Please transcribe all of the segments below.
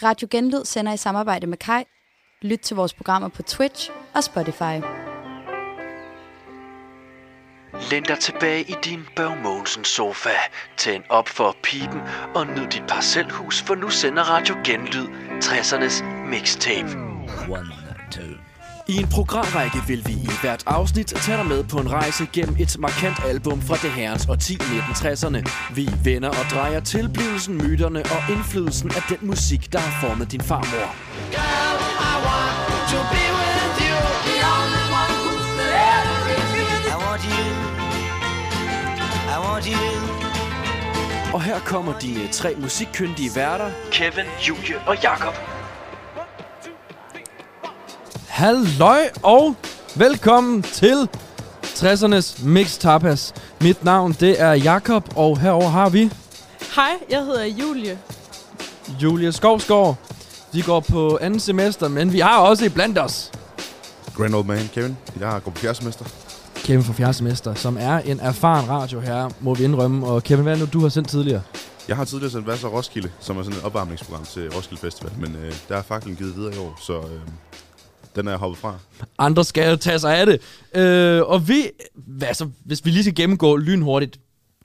Radio Genlyd sender i samarbejde med Kai. Lyt til vores programmer på Twitch og Spotify. Læn dig tilbage i din Børge Mogensen sofa, tænd op for pipen og nyd dit parcelhus, for nu sender Radio Genlyd 60'ernes mixtape. 1, 2. I en programrække vil vi i hvert afsnit tage dig med på en rejse gennem et markant album fra det herrens årti 1960'erne. Vi vender og drejer tilblivelsen, myterne og indflydelsen af den musik, der har formet din farmor. Girl, I want to be with you, the only one who's there is me. I want you, I want you. Og her kommer de tre musikkyndige værter, Kevin, Julie og Jakob. Halløj og velkommen til 60'ernes Mix Tapas. Mit navn det er Jakob, og herover har vi... Hej, jeg hedder Julie. Julie Skovsgaard. Vi går på anden semester, men vi har også iblandt os Grand Old Man, Kevin. Jeg går på fjerde semester. Kevin fra fjerde semester, som er en erfaren radioherre, må vi indrømme. Og Kevin, hvad er det, du har sendt tidligere? Jeg har tidligere sendt Vasser Roskilde, som er sådan et opvarmningsprogram til Roskilde Festival. Men der er faktisk givet videre i år, så... Den er jeg hoppet fra. Andre skal tage sig af det. Og vi... Altså, hvis vi lige skal gennemgå lynhurtigt.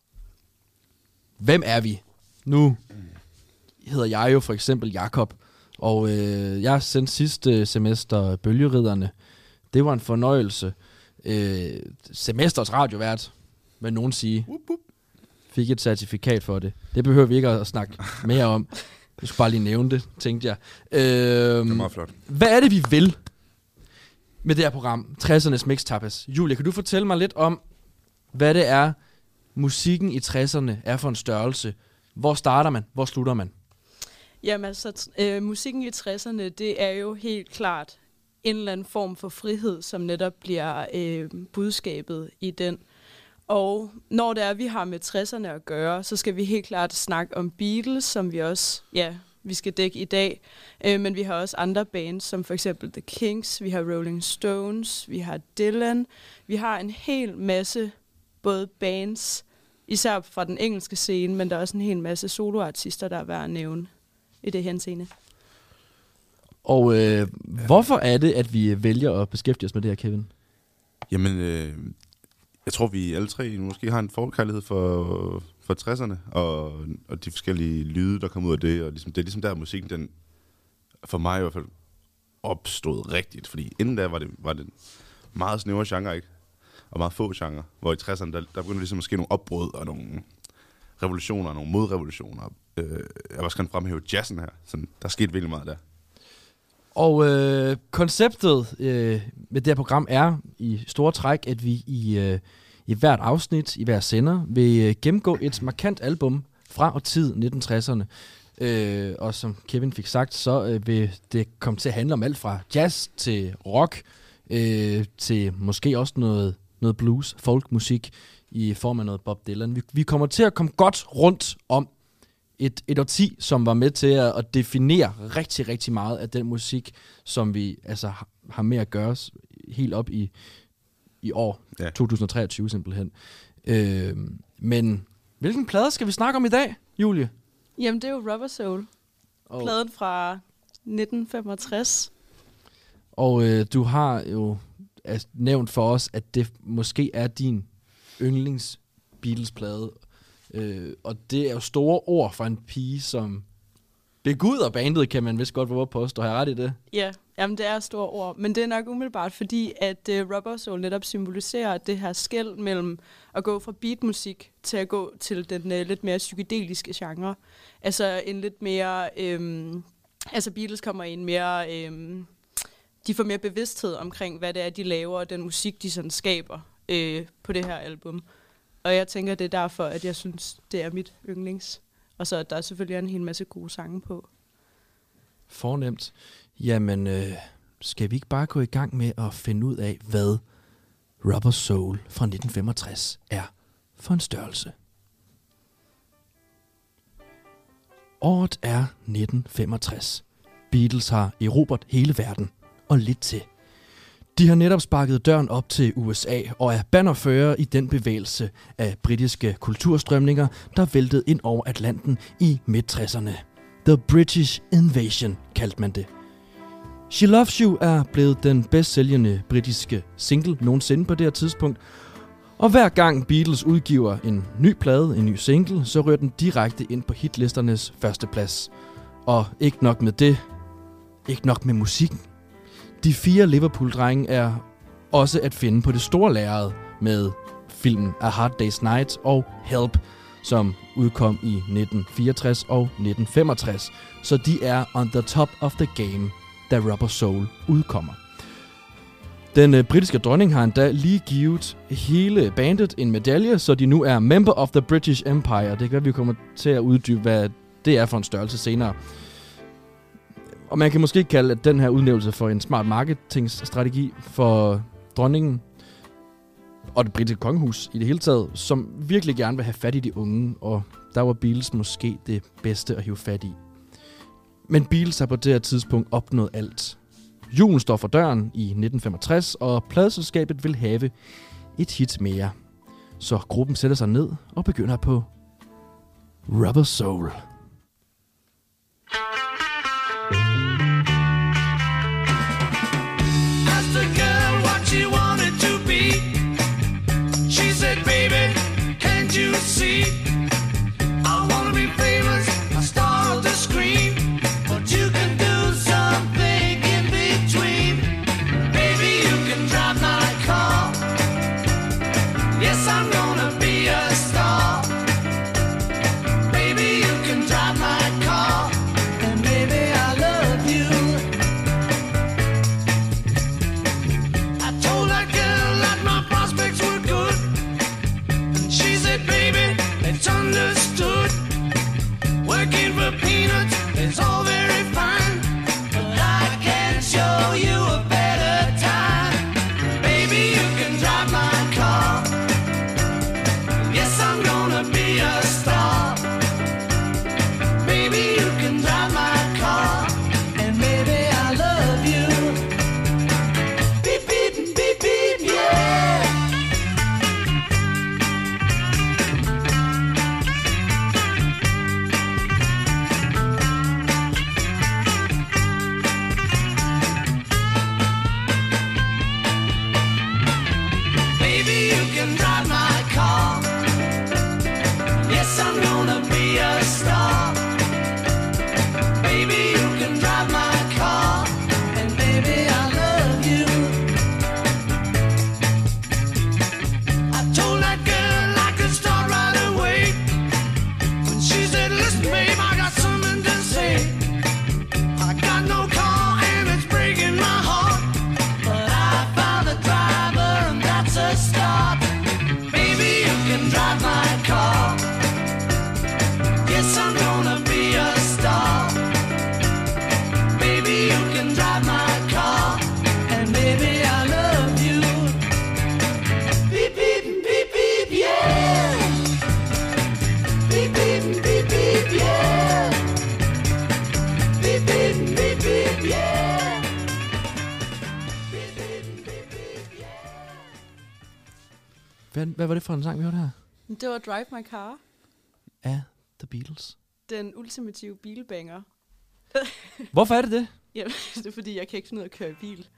Hvem er vi? Nu hedder jeg jo for eksempel Jakob. Og jeg sendte sidste semester Bølgeridderne. Det var en fornøjelse. Semesters radiovært, vil nogen sige. Fik et certifikat for det. Det behøver vi ikke at snakke mere om. Jeg skulle bare lige nævne det, tænkte jeg. Det er meget flot. Hvad er det, vi vil med det her program, 60'ernes Mix Tapas? Julia, kan du fortælle mig lidt om, hvad det er, musikken i 60'erne er for en størrelse? Hvor starter man? Hvor slutter man? Jamen altså, musikken i 60'erne, det er jo helt klart en eller anden form for frihed, som netop bliver budskabet i den. Og når det er, vi har med 60'erne at gøre, så skal vi helt klart snakke om Beatles, som vi også, vi skal dække i dag. Men vi har også andre bands, som for eksempel The Kinks, vi har Rolling Stones, vi har Dylan. Vi har en hel masse både bands, især fra den engelske scene, men der er også en hel masse soloartister, der er værd at nævne i det henseende. Og hvorfor er det, at vi vælger at beskæftige os med det her, Kevin? Jamen, jeg tror, vi alle tre måske har en forkærlighed for 60'erne, og de forskellige lyde, der kommer ud af det. Og ligesom, det er ligesom der, musikken, den for mig i hvert fald opstod rigtigt. Fordi inden da var det meget snævre genre, ikke? Og meget få genre. Hvor i 60'erne, der begyndte ligesom at ske nogle opbrud og nogle revolutioner, nogle modrevolutioner. Jeg var skal fremhæve jazzen her. Så der skete virkelig meget der. Og konceptet med det her program er i store træk, at vi i hvert afsnit, i hver sender, vil gennemgå et markant album fra årtiet 1960'erne. Og som Kevin fik sagt, så vil det komme til at handle om alt fra jazz til rock, til måske også noget blues, folkmusik i form af noget Bob Dylan. Vi kommer til at komme godt rundt om et årti, som var med til at definere rigtig, rigtig meget af den musik, som vi altså har med at gøre helt op i år 2023 simpelthen. Men hvilken plader skal vi snakke om i dag, Julie? Jamen, det er jo Rubber Soul. Pladen fra 1965. Og du har jo nævnt for os, at det måske er din yndlings Beatles-plade. Og det er jo store ord for en pige, som beguder bandet, kan man vist godt våge påstå. Har jeg ret i det? Ja, jamen det er store ord. Men det er nok umiddelbart, fordi at Rubber Soul netop symboliserer det her skel mellem at gå fra beatmusik til at gå til den lidt mere psykedeliske genre. Altså en lidt mere... altså Beatles kommer i en mere... de får mere bevidsthed omkring, hvad det er, de laver, og den musik, de sådan skaber på det her album. Og jeg tænker, det er derfor, at jeg synes, det er mit yndlings. Og så der er selvfølgelig en hel masse gode sange på. Fornemt. Jamen, skal vi ikke bare gå i gang med at finde ud af, hvad Rubber Soul fra 1965 er for en størrelse? Året er 1965. Beatles har erobret hele verden og lidt til. De har netop sparket døren op til USA og er bannerfører i den bevægelse af britiske kulturstrømninger, der væltede ind over Atlanten i midt-60'erne. The British Invasion kaldte man det. She Loves You er blevet den bedst sælgende britiske single nogensinde på det her tidspunkt. Og hver gang Beatles udgiver en ny plade, en ny single, så rører den direkte ind på hitlisternes førsteplads. Og ikke nok med det, ikke nok med musikken. De 4 Liverpool-drenge er også at finde på det store lærred med filmen A Hard Day's Night og Help, som udkom i 1964 og 1965. Så de er on the top of the game, da Rubber Soul udkommer. Den britiske dronning har endda lige givet hele bandet en medalje, så de nu er member of the British Empire. Det kan være, vi kommer til at uddybe, hvad det er for en størrelse senere. Og man kan måske kalde den her udnævnelse for en smart marketingstrategi for dronningen og det britiske kongehus i det hele taget, som virkelig gerne vil have fat i de unge, og der var Beatles måske det bedste at hive fat i. Men Beatles har på det her tidspunkt opnået alt. Julen står for døren i 1965, og pladeselskabet vil have et hit mere. Så gruppen sætter sig ned og begynder på Rubber Soul. Asked the girl what she wanted to be. She said, baby, can't you see? I wanna be famous, a star of the screen. But you can do something in between. Baby, you can drive my car. Yes, I'm gonna be a star. Baby, you can drive my car. And baby, I love you. I told that girl that my prospects were good. And she said, baby, it's understood. Working for peanuts is all very fine, but I can show you a better time. Baby, you can drive my car. Yes, I'm gonna be a star. Baby, you can drive my car. And baby, I love you. Beep, beep, beep, beep, yeah. Baby, you can drive my car. Yes, I'm gonna be a star. Baby, you can drive my car. And baby, I love you. I told that girl I could start right away. When she said, listen, babe, I got something to say. I got no car and it's breaking my heart, but I found a driver and that's a start. Baby, you can drive my car. Yes, I'm gonna be a star. Baby, you can drive my car. And baby, I love you. Beep, beep, beep, beep, yeah. Beep, beep, beep, beep, yeah. Beep, beep, beep, beep, yeah. Beep, beep, beep, beep, yeah. Hvad var det for en sang, vi hørte her? Det var Drive My Car, Af The Beatles. den ultimative bilbanger. Hvorfor er det det? Jamen, det er fordi, jeg kan ikke finde ud af at køre i bil.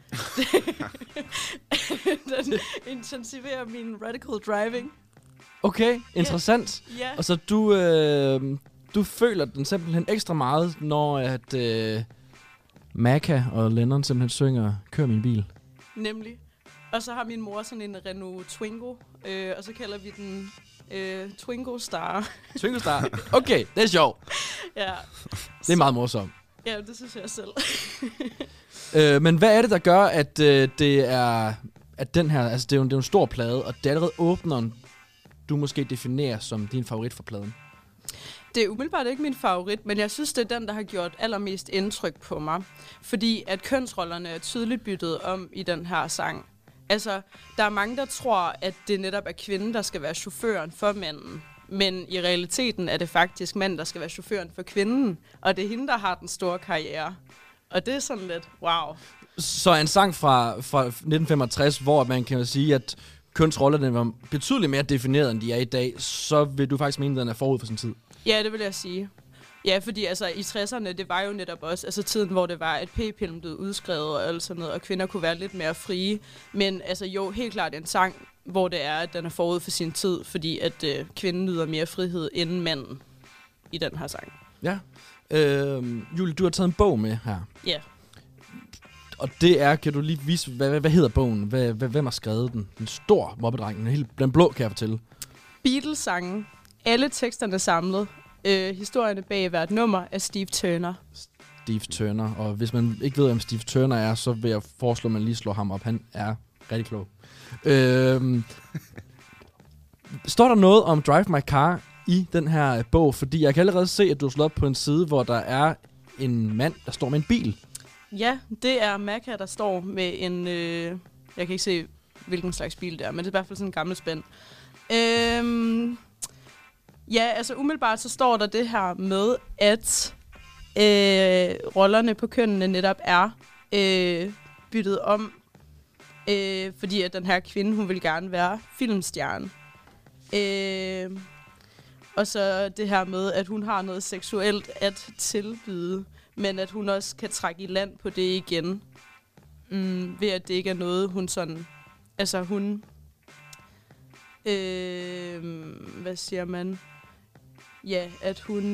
Den intensiverer min radical driving. Okay, interessant. Ja, Og så du føler den simpelthen ekstra meget, når at Macca og Lennon simpelthen synger Kør min bil. nemlig. Og så har min mor sådan en Renault Twingo, og så kalder vi den Twingo Star. Twingo Star. Okay, det er sjovt. Ja. Det er meget morsomt. Ja, det synes jeg selv. Men hvad er det, der gør, at det er... At den her... Altså, det er jo en stor plade, og det er allerede åbneren, du måske definerer som din favorit for pladen. Det er umiddelbart ikke min favorit, men jeg synes, det er den, der har gjort allermest indtryk på mig. Fordi at kønsrollerne er tydeligt byttet om i den her sang. Altså, der er mange, der tror, at det netop er kvinden, der skal være chaufføren for manden. Men i realiteten er det faktisk manden, der skal være chaufføren for kvinden. Og det er hende, der har den store karriere. Og det er sådan lidt, wow. Så en sang fra 1965, hvor man kan jo sige, at kønsrollerne var betydeligt mere defineret, end de er i dag, så vil du faktisk mene, at den er forud for sin tid. Ja, det vil jeg sige. Ja, fordi altså i 60'erne, det var jo netop også altså tiden, hvor det var, at p-pillen blev udskrevet og alt sådan noget, og kvinder kunne være lidt mere frie. Men altså jo, helt klart en sang, hvor det er, at den er forud for sin tid, fordi at kvinden nyder mere frihed end manden i den her sang. Ja. Julie, du har taget en bog med her. Ja. Og det er, kan du lige vise, hvad hedder bogen? Hvem har skrevet den? En stor mobbedreng, den blå, kan jeg fortælle. Beatles-sangen. Alle teksterne samlet. Historierne bag hvert nummer af Steve Turner. Steve Turner. Og hvis man ikke ved, hvem Steve Turner er, så vil jeg foreslå, at man lige slår ham op. Han er rigtig klog. Står der noget om Drive My Car i den her bog? Fordi jeg kan allerede se, at du har slået op på en side, hvor der er en mand, der står med en bil. Ja, det er Macca, der står med en... jeg kan ikke se, hvilken slags bil det er, men det er i hvert fald sådan en gammel spand. Ja, altså umiddelbart så står der det her med, at rollerne på kønnene netop er byttet om, fordi at den her kvinde, hun vil gerne være filmstjerne. Og så det her med, at hun har noget seksuelt at tilbyde, men at hun også kan trække i land på det igen, ved at det ikke er noget, hun sådan... Altså hun... hvad siger man? Ja, at hun...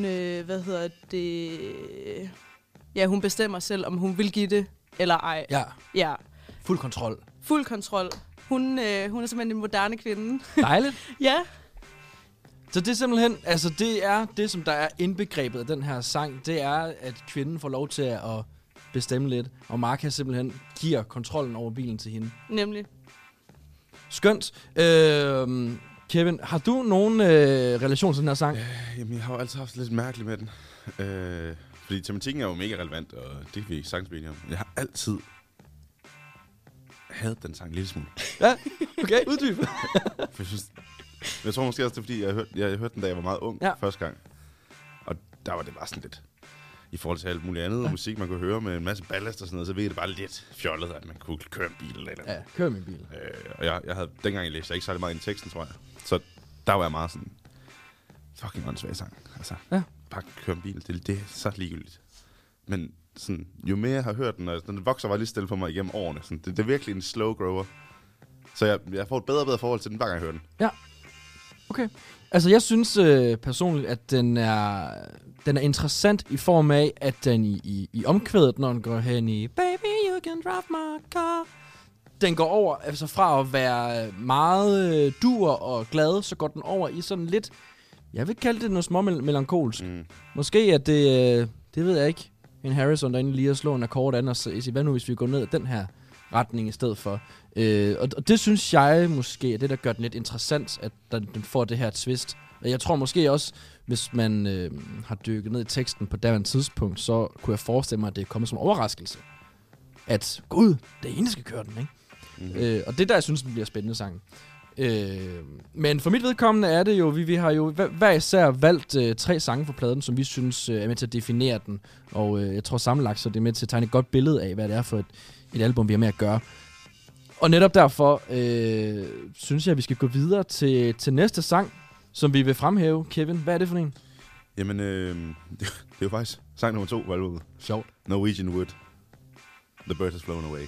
Ja, hun bestemmer selv, om hun vil give det eller ej. Ja. Ja. Fuld kontrol. Fuld kontrol. Hun er simpelthen en moderne kvinde. Dejligt. Ja. Så det er simpelthen, altså det er det, som der er indbegrebet af den her sang, det er, at kvinden får lov til at bestemme lidt, og Marka simpelthen giver kontrollen over bilen til hende. Nemlig. Skønt. Kevin, har du nogen relation til den her sang? Jamen, jeg har jo altid haft lidt mærkeligt med den. Fordi tematikken er jo mega relevant, og det kan vi ikke sagtens blive enige om. Jeg har altid hadet den sang en lille smule. Ja, okay, uddyb. Jeg tror måske også, det er fordi, jeg hørte den, da jeg var meget ung første gang. Og der var det bare sådan lidt... I forhold til alt muligt andet musik, man kunne høre med en masse ballast og sådan noget, så virkede det bare lidt fjollet, at man kunne køre en bil eller noget. Ja, køre med en bil. Og jeg havde dengang jeg læste, jeg ikke særlig meget ind i teksten, tror jeg. Så der var jeg meget sådan... Fucking åndssvag sang. Altså, bare køre en bil, det er så ligegyldigt. Men sådan, jo mere jeg har hørt den, og den vokser bare lige stille for mig igennem årene. Sådan, det er virkelig en slow grower. Så jeg får et bedre og bedre forhold til den, hver gang jeg hører den. Ja. Okay. Altså, jeg synes personligt, at den er interessant i form af, at den i omkvædet, når den går hen i Baby, you can drive my car, den går over, altså fra at være meget dur og glad, så går den over i sådan lidt, jeg vil kalde det noget små melankolsk. Måske at det ved jeg ikke, en Harrison derinde lige at slå en akkord an og sige, hvad nu hvis vi går ned ad den her retning i stedet for. Og det synes jeg måske er det, der gør den lidt interessant, at den får det her twist. Og jeg tror måske også, hvis man har dykket ned i teksten på daværende tidspunkt, så kunne jeg forestille mig, at det er kommet som en overraskelse. At, gud, det er hende, der skal køre den, ikke? Mm-hmm. Og det der, jeg synes, den bliver spændende sang. Men for mit vedkommende er det jo, vi har jo hver især valgt 3 sange fra pladen, som vi synes er med til at definere den. Og jeg tror sammenlagt, så det er med til at tegne et godt billede af, hvad det er for et album, vi har med at gøre. Og netop derfor synes jeg, at vi skal gå videre til næste sang, som vi vil fremhæve. Kevin, hvad er det for en? Jamen, det er jo faktisk sang nummer 2 på albumet. Sjovt. Norwegian Wood. The Bird Has Flown Away.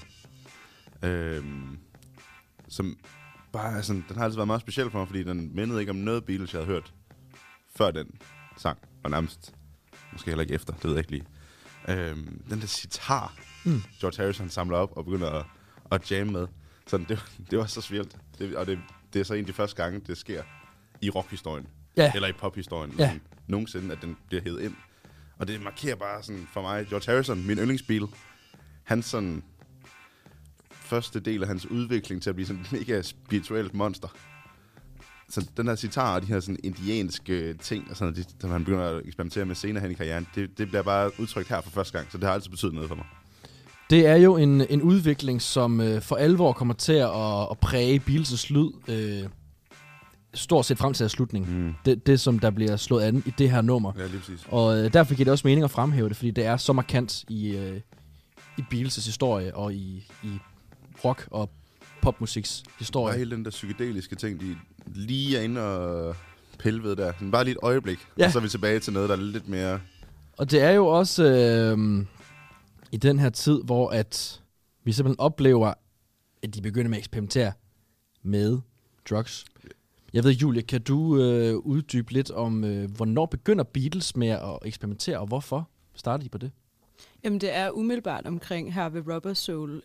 Som bare sådan, den har altid været meget speciel for mig, fordi den mindede ikke om noget Beatles, jeg havde hørt før den sang, og nærmest måske heller ikke efter, det ved jeg ikke lige. Den der sitar, George Harrison samler op og begynder at jamme med. Sådan, det var så svært. Det er så en af de første gange, det sker i rockhistorien. Ja. Eller i pophistorien. Ja. Sådan, nogensinde, at den bliver hævet ind. Og det markerer bare sådan for mig, George Harrison, min yndlingsbil, hans sådan første del af hans udvikling til at blive sådan et mega spirituelt monster. Så den her sitar og de her sådan indianske ting, og sådan, som han begynder at eksperimentere med senere hen i karrieren, det bliver bare udtrykt her for første gang, så det har altid betydet noget for mig. Det er jo en udvikling, som for alvor kommer til at præge Beatles' lyd, stort set frem til slutningen. Det, som der bliver slået an i det her nummer. Ja, lige præcis. Og derfor giver det også mening at fremhæve det, fordi det er så markant i Beatles' historie og i rock- og popmusiks historie. Bare hele den der psykedeliske ting, de lige er inde og pille ved der. Bare lige et øjeblik, og så er vi tilbage til noget, der er lidt mere Og det er jo også i den her tid, hvor at vi simpelthen oplever, at de begynder med at eksperimentere med drugs. Jeg ved, Julie, kan du uddybe lidt om, hvornår begynder Beatles med at eksperimentere, og hvorfor starter de på det? Jamen, det er umiddelbart omkring her ved Rubber Soul,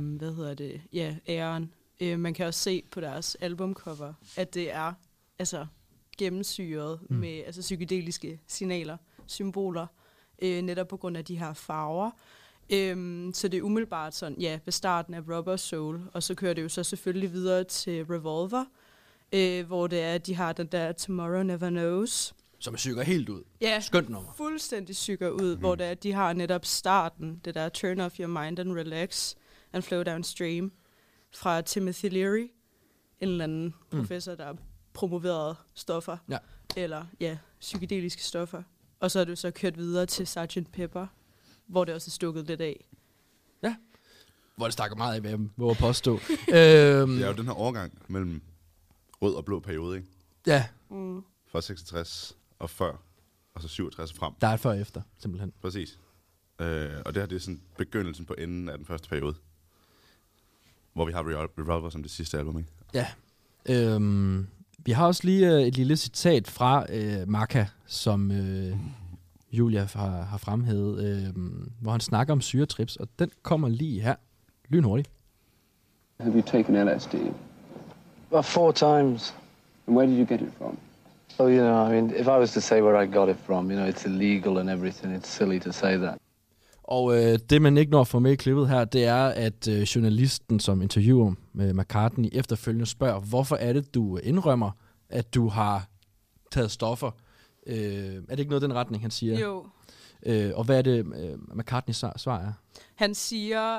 æren. Man kan også se på deres albumcover, at det er altså gennemsyret med altså psykedeliske signaler, symboler, netop på grund af de her farver. Så det er umiddelbart sådan, ved starten af Rubber Soul, og så kører det jo så selvfølgelig videre til Revolver, hvor det er, at de har den der Tomorrow Never Knows. Som synger helt ud. Ja, skønt nummer. Fuldstændig synger ud, hvor det er, at de har netop starten, det der Turn Off Your Mind and Relax and Flow Downstream, fra Timothy Leary, en eller anden professor, der har promoveret stoffer, eller psykedeliske stoffer. Og så er det så kørt videre til Sgt. Pepper, hvor det også er stukket lidt af. Ja, hvor det stakker meget af, hvad jeg må påstå. Det er jo den her overgang mellem rød og blå periode, ikke? Ja. Fra 66 og før, og så 67 frem. Der er før og efter, simpelthen. Præcis. Og det her, det er sådan begyndelsen på enden af den første periode. Hvor vi har Revolver som det sidste album, ikke? Ja. Vi har også lige et lille citat fra Marca, som Julia har fremhævet, hvor han snakker om syretrips, og den kommer lige her, lynhurtigt. Have you taken LSD? About 4 times. And where did you get it from? Oh, you know, I mean, if I was to say where I got it from, you know, it's illegal and everything. It's silly to say that. Og det, man ikke når at få med i klippet her, det er, at journalisten, som interviewer med McCartney, efterfølgende spørger, hvorfor er det, du indrømmer, at du har taget stoffer? Er det ikke noget den retning, han siger? Jo. Og hvad er det, McCartneys svar er? Han siger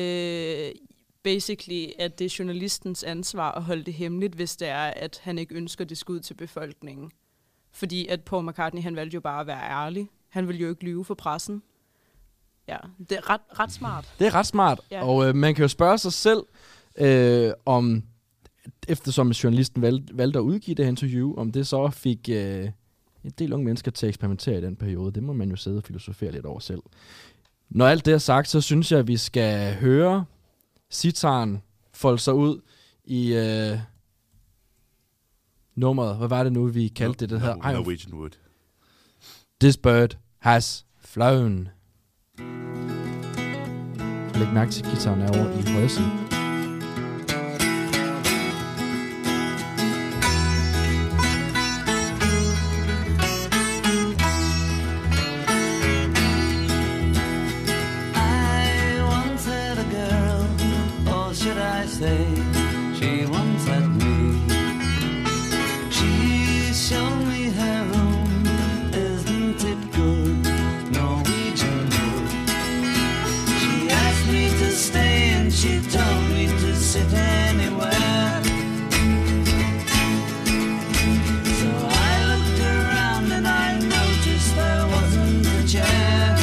basically, at det er journalistens ansvar at holde det hemmeligt, hvis det er, at han ikke ønsker det skud til befolkningen. Fordi at Paul McCartney, han valgte jo bare at være ærlig. Han ville jo ikke lyve for pressen. Ja, det er ret smart. Det er ret smart, ja. Og man kan jo spørge sig selv, om, eftersom journalisten valgte at udgive det her interview, om det så fik en del unge mennesker til at eksperimentere i den periode. Det må man jo sidde og filosofere lidt over selv. Når alt det er sagt, så synes jeg, at vi skal høre sitaren folde sig ud i nummeret. Hvad var det nu, vi kaldte det her? Norwegian Wood. This bird has flown. Læg mærke til, guitaren er over i højre side. I once had a girl, or should I say, she once had me. She showed me her room, isn't it good? Norwegian wood. She asked me to stay and she told me to sit anywhere. So I looked around and I noticed there wasn't a chair.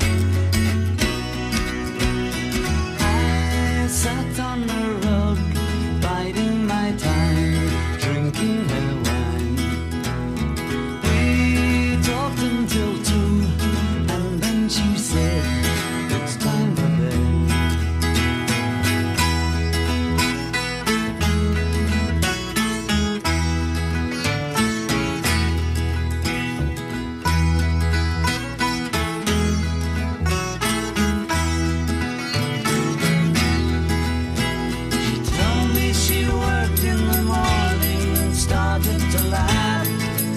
I sat on the rug, biding my time, drinking her wine. We talked until 2, and then she said, it's time for bed. She told me she worked in the morning and started to laugh.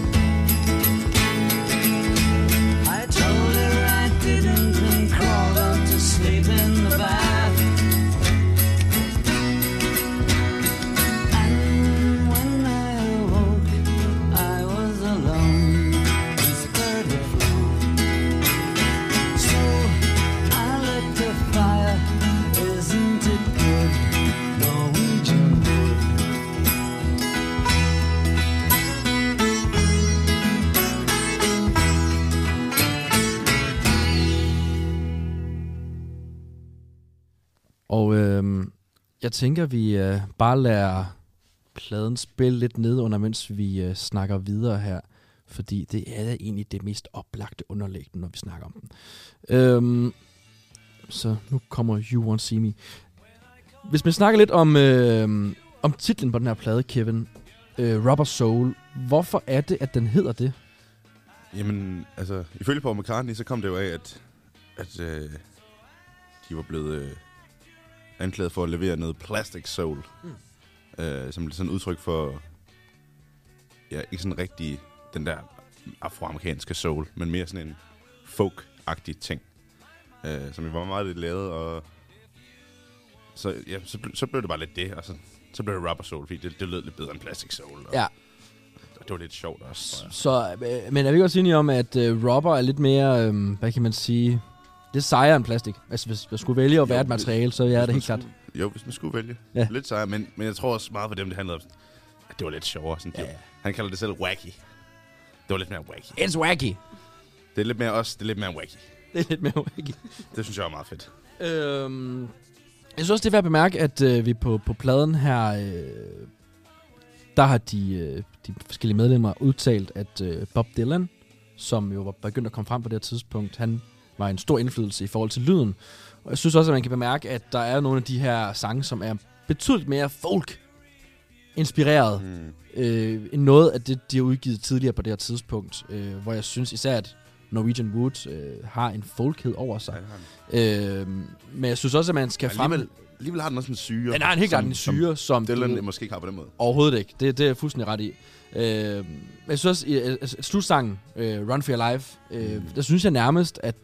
I told her I didn't and crawled out to sleep in the bath. And when I awoke, I was alone. This bird had flown. So I lit the fire. Isn't it good? Norwegian wood. Og jeg tænker, vi bare lader pladen spille lidt ned under, mens vi snakker videre her. fordi det er egentlig det mest oplagte underlæggende, når vi snakker om den. Så nu kommer You Won't See Me. Hvis man snakker lidt om titlen på den her plade, Kevin, Rubber Soul, hvorfor er det, at den hedder det? Jamen, altså, ifølge Paul McCartney, så kom det jo af, at de var blevet anklaget for at levere noget plastic soul. Som sådan et udtryk for, ja, ikke sådan rigtig den der afroamerikanske soul, men mere sådan en folk-agtig ting, som jo var meget lidt lavet, og så, ja, så blev det bare lidt det, og så blev det rubber soul, fordi det lød lidt bedre end plastic soul. Og, ja. Og det var lidt sjovt også. Så, men er vi også enige om, at rubber er lidt mere, hvad kan man sige, det sejere end plastik? Altså, hvis man skulle vælge at være et materiale, så er det helt klart. Jo, hvis man skulle vælge. Ja. Lidt sejere, men jeg tror også meget for dem, det handlede om, at det var lidt sjovere. Sådan, han kalder det selv wacky. Det var lidt mere wacky. It's wacky. Det er lidt mere os, det er lidt mere wacky. Det er lidt mere wacky. Det synes jeg er meget fedt. Jeg synes også, det er værd at bemærke, at vi på pladen her, der har de forskellige medlemmer udtalt, at Bob Dylan, som jo var begyndt at komme frem på det her tidspunkt, han var en stor indflydelse i forhold til lyden. Og jeg synes også, at man kan bemærke, at der er nogle af de her sange, som er betydeligt mere folk-inspireret end noget af det, de har udgivet tidligere på det her tidspunkt. Hvor jeg synes især, at Norwegian Wood har en folkhed over sig. Men jeg synes også, at man skal frem... Alligevel har den også en syre. Den har en helt klart en syre, som Dylan måske ikke har på den måde. Overhovedet ikke. Det er jeg fuldstændig ret i. Jeg synes også, i slutsangen, Run for Your Life, der synes jeg nærmest, at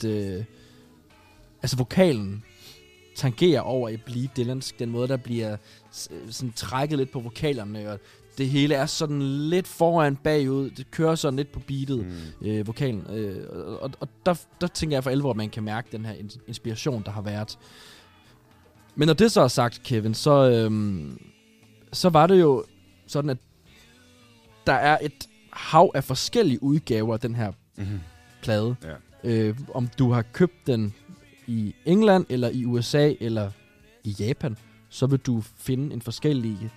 altså vokalen tangerer over i Bleed Dylansk. Den måde, der bliver sådan trækket lidt på vokalerne, og det hele er sådan lidt foran bagud. Det kører sådan lidt på beatet, vokalen. Og der tænker jeg for alvor, at man kan mærke den her inspiration, der har været. Men når det så er sagt, Kevin, så var det jo sådan, at der er et hav af forskellige udgaver af den her plade. Ja. Om du har købt den i England, eller i USA, eller i Japan, så vil du finde en forskellig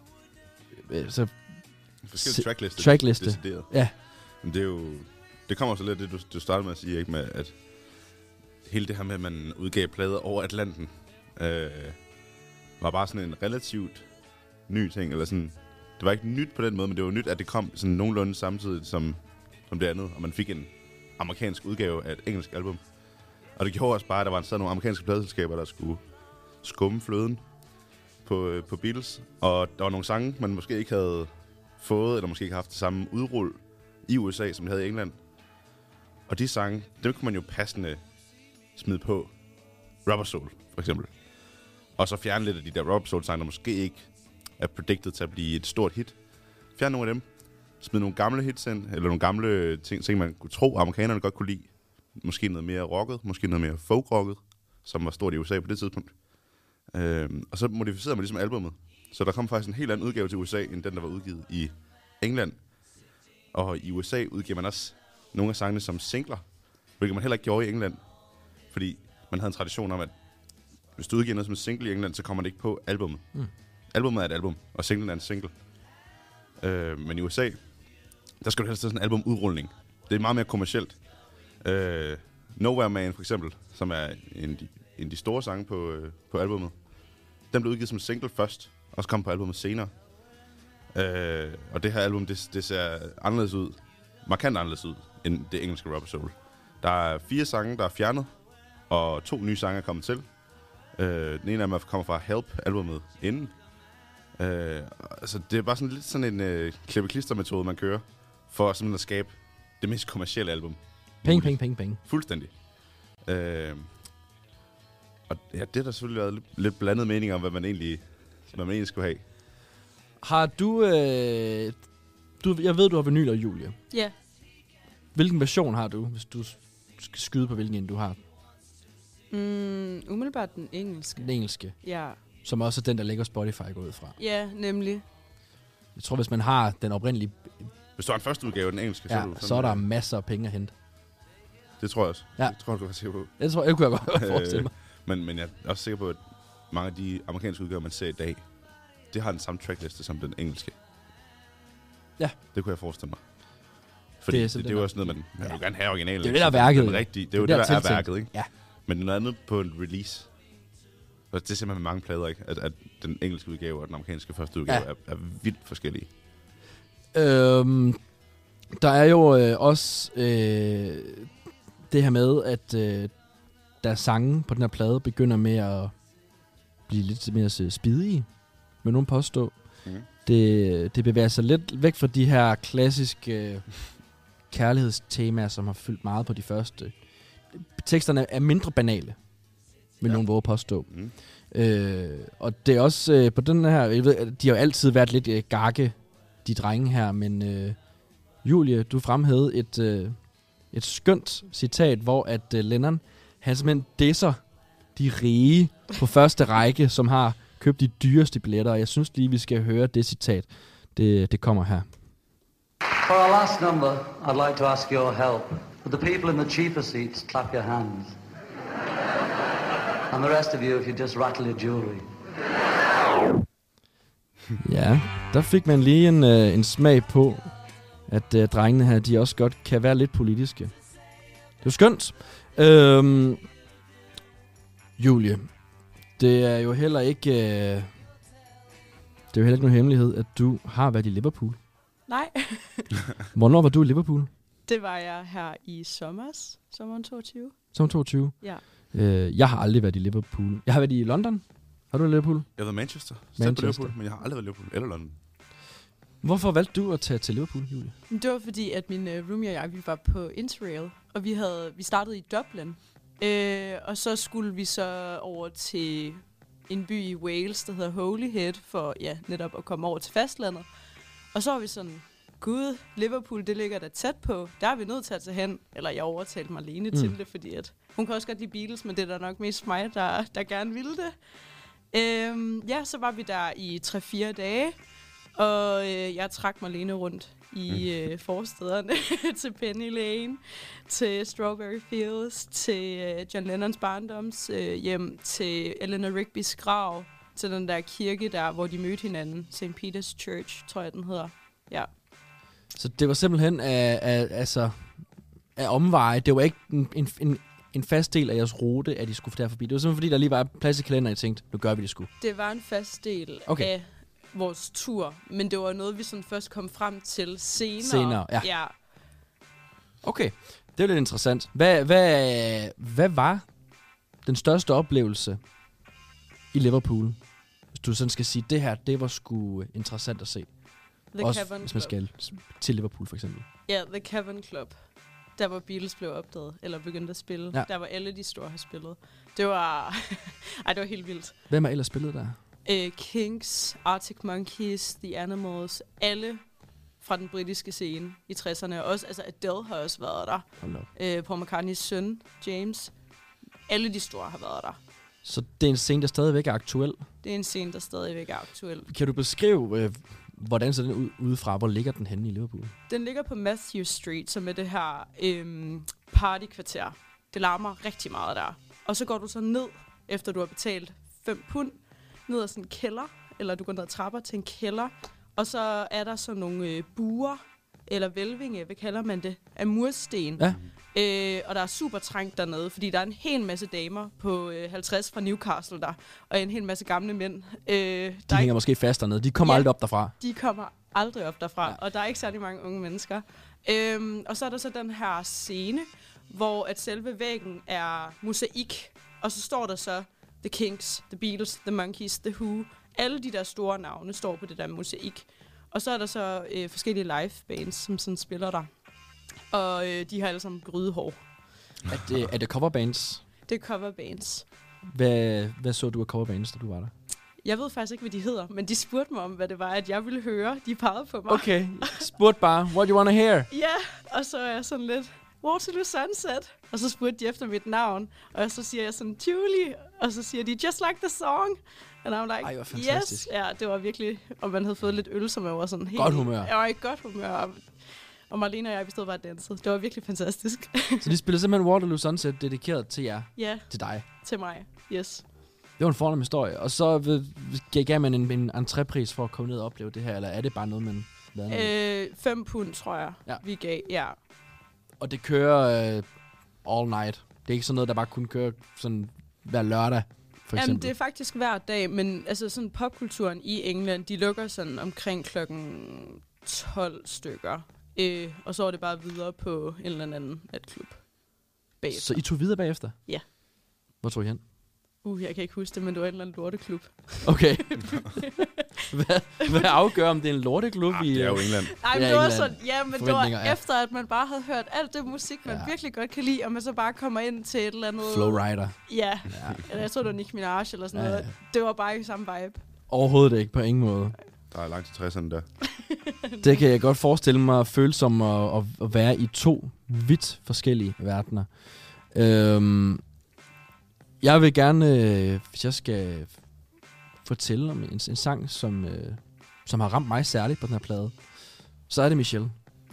trackliste. Ja. Men det er jo, det kommer så lidt det, du startede med at sige, ikke, med at hele det her med, at man udgav plader over Atlanten, var bare sådan en relativt ny ting, eller sådan. Det var ikke nyt på den måde, men det var nyt, at det kom sådan nogenlunde samtidig som det andet, og man fik en amerikansk udgave af et engelsk album. Og det gjorde også bare, at der var sådan nogle amerikanske pladeselskaber, der skulle skumme fløden på Beatles, og der var nogle sange, man måske ikke havde fået, eller måske ikke haft det samme udrull i USA, som de havde i England. Og de sange, dem kunne man jo passende smide på Rubber Soul, for eksempel. Og så fjerne lidt af de der Rubber Soul-sange, der måske ikke er predicted til at blive et stort hit. Fjerne nogle af dem. Smid nogle gamle hits ind, eller nogle gamle ting, man kunne tro, amerikanerne godt kunne lide. Måske noget mere rocket, måske noget mere folk-rocket, som var stort i USA på det tidspunkt. Og så modificerede man ligesom albummet. Så der kom faktisk en helt anden udgave til USA, end den, der var udgivet i England. Og i USA udgiver man også nogle af sangene som singler, hvilket man heller ikke gjorde i England. Fordi man havde en tradition om, at hvis du udgiver noget som en single i England, så kommer det ikke på albummet. Albummet er et album, og singlen er en single. Men i USA, der skal du helst have sådan en albumudrulning. Det er meget mere kommercielt. Nowhere Man for eksempel, som er en af de store sange på albummet. Den blev udgivet som single først, og så kom på albummet senere. Og det her album, det ser anderledes ud, markant anderledes ud, end det engelske Rubber Soul. Der er 4 sange, der er fjernet, og 2 nye sange er kommet til. Den ene af dem kommer fra Help-albummet inden. Altså, det er bare sådan lidt sådan en klippe-klister-metode, man kører, for simpelthen at skabe det mest kommercielle album. Penge. Fuldstændig. Og ja, det har der selvfølgelig været lidt blandet mening om, hvad man egentlig skulle have. Har du... jeg ved, du har vinyler, Julie. Ja. Hvilken version har du, hvis du skal skyde på, hvilken du har? Umiddelbart den engelske. Den engelske? Ja. Som også er den, der ligger Spotify går ud fra? Ja, nemlig. Jeg tror, hvis man har den oprindelige... Hvis du har en første udgave af den engelske, ja, så er der masser af penge at hente. Det tror jeg også. Ja. Det tror jeg, du kan se på. Det tror jeg, kunne jeg godt forestille mig. Men jeg er også sikker på, at mange af de amerikanske udgaver, man ser i dag, det har den samme trackliste som den engelske. Ja. Det kunne jeg forestille mig. Fordi Det det er jo også noget, man vil gerne have originalen. Det er jo det, der er værket. Det er jo det, der er værket, ikke? Ja. Men noget andet på en release. Og det er simpelthen med mange plader, ikke? At den engelske udgave og den amerikanske første udgave er vildt forskellige. Der er jo også det her med, at der er sange på den her plade begynder med at blive lidt mere spidige, med nogen påstå. Det bevæger sig lidt væk fra de her klassiske kærlighedstemaer, som har fyldt meget på de første. Teksterne er mindre banale, vil nogen våge påstå. Og det er også på den her, jeg ved, de har jo altid været lidt gakke, de drenge her, men Julie, du fremhævede et skønt citat, hvor at Lennon, han simpelthen disser de rige på første række, som har købt de dyreste billetter, og jeg synes lige, vi skal høre det citat. Det kommer her. For our last number, I'd like to ask your help. For the people in the cheaper seats, clap your hands. And the rest of you, if you just rattle your jewelry. Ja, der fik man lige en smag på, at drengene her, de også godt kan være lidt politiske. Det er jo skønt. Julie, det er jo heller ikke nogen hemmelighed, at du har været i Liverpool. Nej. Hvornår var du i Liverpool? Det var jeg her i sommeren 22. Som 22? Ja. Jeg har aldrig været i Liverpool. Jeg har været i London. Har du været i Liverpool? Jeg har været i Manchester. Liverpool, men jeg har aldrig været i Liverpool eller London. Hvorfor valgte du at tage til Liverpool, Julie? Det var fordi, at min roomie og jeg, vi var på Interrail, og vi startede i Dublin. Og så skulle vi så over til en by i Wales, der hedder Holyhead, for netop at komme over til fastlandet. Og så var vi sådan, gud, Liverpool, det ligger da tæt på. Der er vi nødt til at tage hen. Eller jeg overtalte Marlene til det, fordi at hun kan også godt lide Beatles, men det er da nok mest mig, der gerne ville det. Så var vi der i 3-4 dage, og jeg trak Marlene rundt i forstederne til Penny Lane, til Strawberry Fields, til John Lennons barndoms hjem, til Eleanor Rigby's grav, til den der kirke der, hvor de mødte hinanden. St. Peter's Church, tror jeg, den hedder. Ja. Så det var simpelthen af omveje. Det var ikke en fast del af jeres rute, at I skulle der forbi. Det var simpelthen fordi, der lige var plads i kalenderen, og I tænkte, nu gør vi det sgu. Det var en fast del af vores tur, men det var noget, vi sådan først kom frem til senere. Ja. Okay, det er lidt interessant. Hvad var den største oplevelse i Liverpool? Hvis du sådan skal sige, det her, det var sgu interessant at se. Også hvis man skal til Liverpool for eksempel. Ja, The Cavern Club. Der hvor Beatles blev opdaget, eller begyndte at spille. Ja. Der var alle de store har spillet. Det var det var helt vildt. Hvem har ellers spillet der? Kinks, Arctic Monkeys, The Animals, alle fra den britiske scene i 60'erne. Også, altså Adele har også været der. Paul McCartneys søn, James. Alle de store har været der. Så det er en scene, der stadigvæk er aktuel? Det er en scene, der stadigvæk er aktuel. Kan du beskrive, hvordan ser den ud udefra? Hvor ligger den henne i Liverpool? Den ligger på Matthew Street, som er det her partykvarter. Det larmer rigtig meget der. Og så går du så ned, efter du har betalt 5 pund, ned ad sådan en kælder, eller du går ned ad trapper til en kælder, og så er der så nogle buer, eller vælvinge, hvad kalder man det, af mursten. Ja. Og der er super trængt dernede, fordi der er en hel masse damer på 50 fra Newcastle der, og en hel masse gamle mænd. De hænger måske fast dernede. De kommer aldrig op derfra. De kommer aldrig op derfra, og der er ikke særlig mange unge mennesker. Og så er der så den her scene, hvor at selve væggen er mosaik, og så står der så The Kinks, The Beatles, The Monkees, The Who. Alle de der store navne står på det der mosaik. Og så er der så forskellige live bands, som sådan spiller der. Og de har alle sammen grydehår. Er det coverbands? Det er coverbands. Hvad så du af coverbands, da du var der? Jeg ved faktisk ikke, hvad de hedder, men de spurgte mig om, hvad det var, at jeg ville høre. De pegede på mig. Okay, spurgte bare, what do you wanna hear? Ja, og så er jeg sådan lidt, Waterloo Sunset. Og så spurgte de efter mit navn. Og så siger jeg sådan, Julie. Og så siger de, just like the song. And I'm like, hvor fantastisk. Yes. Ja, det var virkelig, og man havde fået lidt øl, som jeg var sådan helt... Godt humør. Jeg var i godt humør. Og Marlene og jeg, vi stod bare og dansede. Det var virkelig fantastisk. Så de spillede simpelthen Waterloo Sunset dedikeret til jer? Ja. Til dig? Til mig, yes. Det var en fornem historie. Og så gav man en entrépris for at komme ned og opleve det her, eller er det bare noget, man Hvad 5 pund, tror jeg, vi gav. Ja. Og det kører all night. Det er ikke sådan noget, der bare kun kører sådan hver lørdag, for eksempel. Jamen, det er faktisk hver dag, men altså sådan popkulturen i England, de lukker sådan omkring klokken 12 stykker. Og så er det bare videre på en eller anden natklub bagefter. Så I tog videre bagefter? Ja. Hvor tog I hen? Jeg kan ikke huske det, men det var en eller anden lorteklub. Okay. Hvad afgør, om det er en lorteklub i... Det er jo England. Nej, men det var sådan, men det var efter, at man bare havde hørt alt det musik, man virkelig godt kan lide, og man så bare kommer ind til et eller andet... Flowrider. Ja. Eller jeg tror, det var Nicki Minaj eller sådan noget. Det var bare ikke samme vibe. Overhovedet ikke, på ingen måde. Der er langt til 60'erne der. Det kan jeg godt forestille mig at føle som at være i 2 vidt forskellige verdener. Jeg vil gerne, hvis jeg skal fortælle om en sang, som har ramt mig særligt på den her plade, så er det Michelle.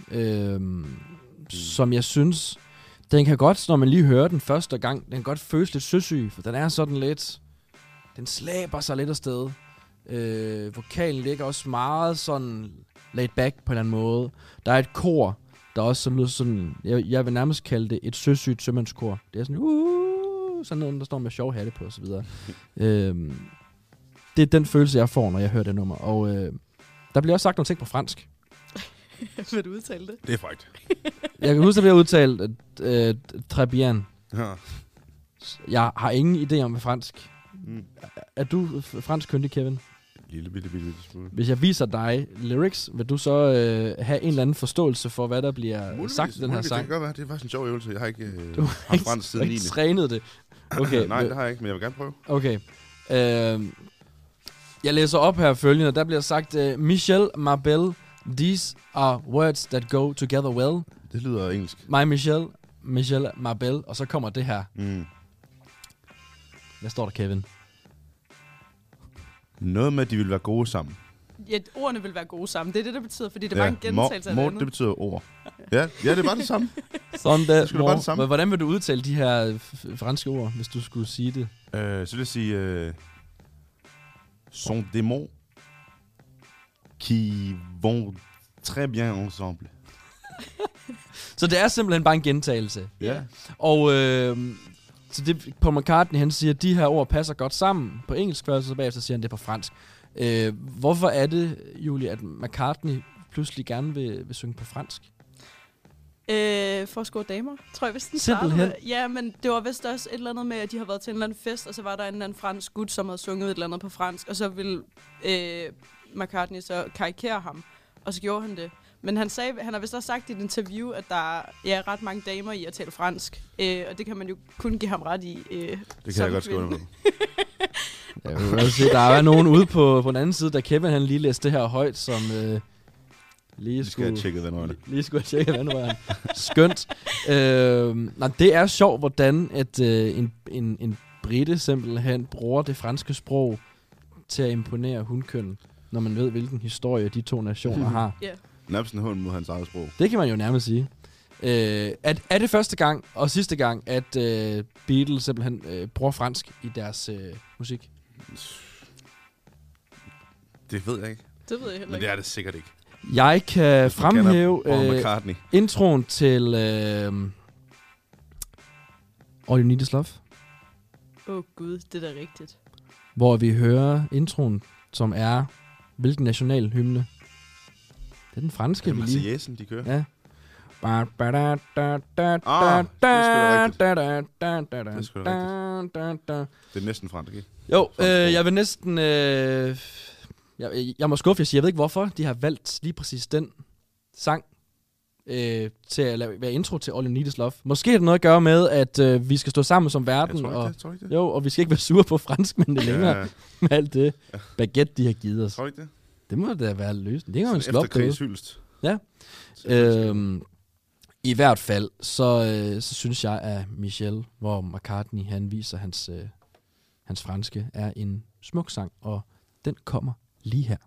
Som jeg synes, den kan godt, når man lige hører den første gang, den kan godt føles lidt søsyg, for den er sådan lidt, den slæber sig lidt afsted. Vokalen ligger også meget sådan laid back på en eller anden måde. Der er et kor, der også som lyder sådan, jeg vil nærmest kalde det et søsygt sømandskor. Det er sådan, sådan noget, der står med sjov hatte på og så videre. Det er den følelse, jeg får, når jeg hører det nummer. Og der bliver også sagt nogle ting på fransk. Vil du udtale det? Det er frækt. Jeg kan huske, at jeg har udtalt très bien. Ja. Jeg har ingen idé om hvad fransk. Er du fransk kyndig, Kevin? Lille smule. Hvis jeg viser dig lyrics, vil du så have en eller anden forståelse for, hvad der bliver sagt i den her sang? Det kan godt være. Det er faktisk en sjov øvelse. Jeg har ikke haft fransk siden 9. Du har ikke trænet det? Okay. Nej, det har jeg ikke, men jeg vil gerne prøve. Okay. Jeg læser op her følgende. Der bliver sagt, Michelle, ma belle, these are words that go together well. Det lyder engelsk. My Michelle, ma belle. Og så kommer det her. Hvad står der, Kevin? Noget med, at de vil være gode sammen. Ja, ordene vil være gode sammen. Det er det, det betyder, fordi det var en gentagelse af det andet. Det betyder ord. Ja, det var det samme. Sådan der. Det bare det samme. Hvordan vil du udtale de her franske ord, hvis du skulle sige det? Så vil jeg sige... sont des mots qui vont très bien ensemble. Så det er simpelthen bare en gentagelse. Ja. Og så det, Paul McCartney, han siger, at de her ord passer godt sammen på engelsk først, og så bagefter siger han det på fransk. Hvorfor er det, Julie, at McCartney pludselig gerne vil synge på fransk? For at score damer, tror jeg, hvis den simpelthen startede. Ja, men det var vist også et eller andet med, at de har været til en eller anden fest, og så var der en eller anden fransk gut, som havde sunget et eller andet på fransk, og så ville McCartney så karikere ham, og så gjorde han det. Men han har vist også sagt i et interview, at der er ret mange damer i at tale fransk, og det kan man jo kun give ham ret i. Det kan jeg godt skrive på. Jeg vil også sige, der er nogen ude på den anden side, da Kevin han lige læste det her højt, som lige skulle have tjekket vandrøren. Skønt. Det er sjovt, hvordan at, en brite simpelthen bruger det franske sprog til at imponere hundkønnen, når man ved, hvilken historie de 2 nationer har. Yeah. Nærmest en hund mod hans eget sprog. Det kan man jo nærmest sige. Er det første gang og sidste gang, at Beatles simpelthen bruger fransk i deres musik? Det ved jeg ikke. Det ved jeg heller ikke. Men det er det sikkert ikke. Jeg kan fremhæve introen til All You Need Is Love. Gud, det er da rigtigt. Hvor vi hører introen, som er hvilken national hymne? Det er den franske, vi lige. Marseillesen, de kører. Ja. Det er sgu da rigtigt. Det er næsten fransk, ikke? Jo, jeg vil næsten... Jeg må skuffe, jeg ved ikke hvorfor de har valgt lige præcis den sang til at være intro til All You Need Is Love. Måske har det noget at gøre med, at vi skal stå sammen som verden. Og vi skal ikke være sure på franskmændene længere med alt det baguette, de har givet os. Tror du ikke det? Det må da være løsning. Det er jo en slop. Efterkrigshyldest. Ja. I hvert fald, så synes jeg, at Michelle, hvor McCartney han viser hans franske, er en smuk sang, og den kommer lige her.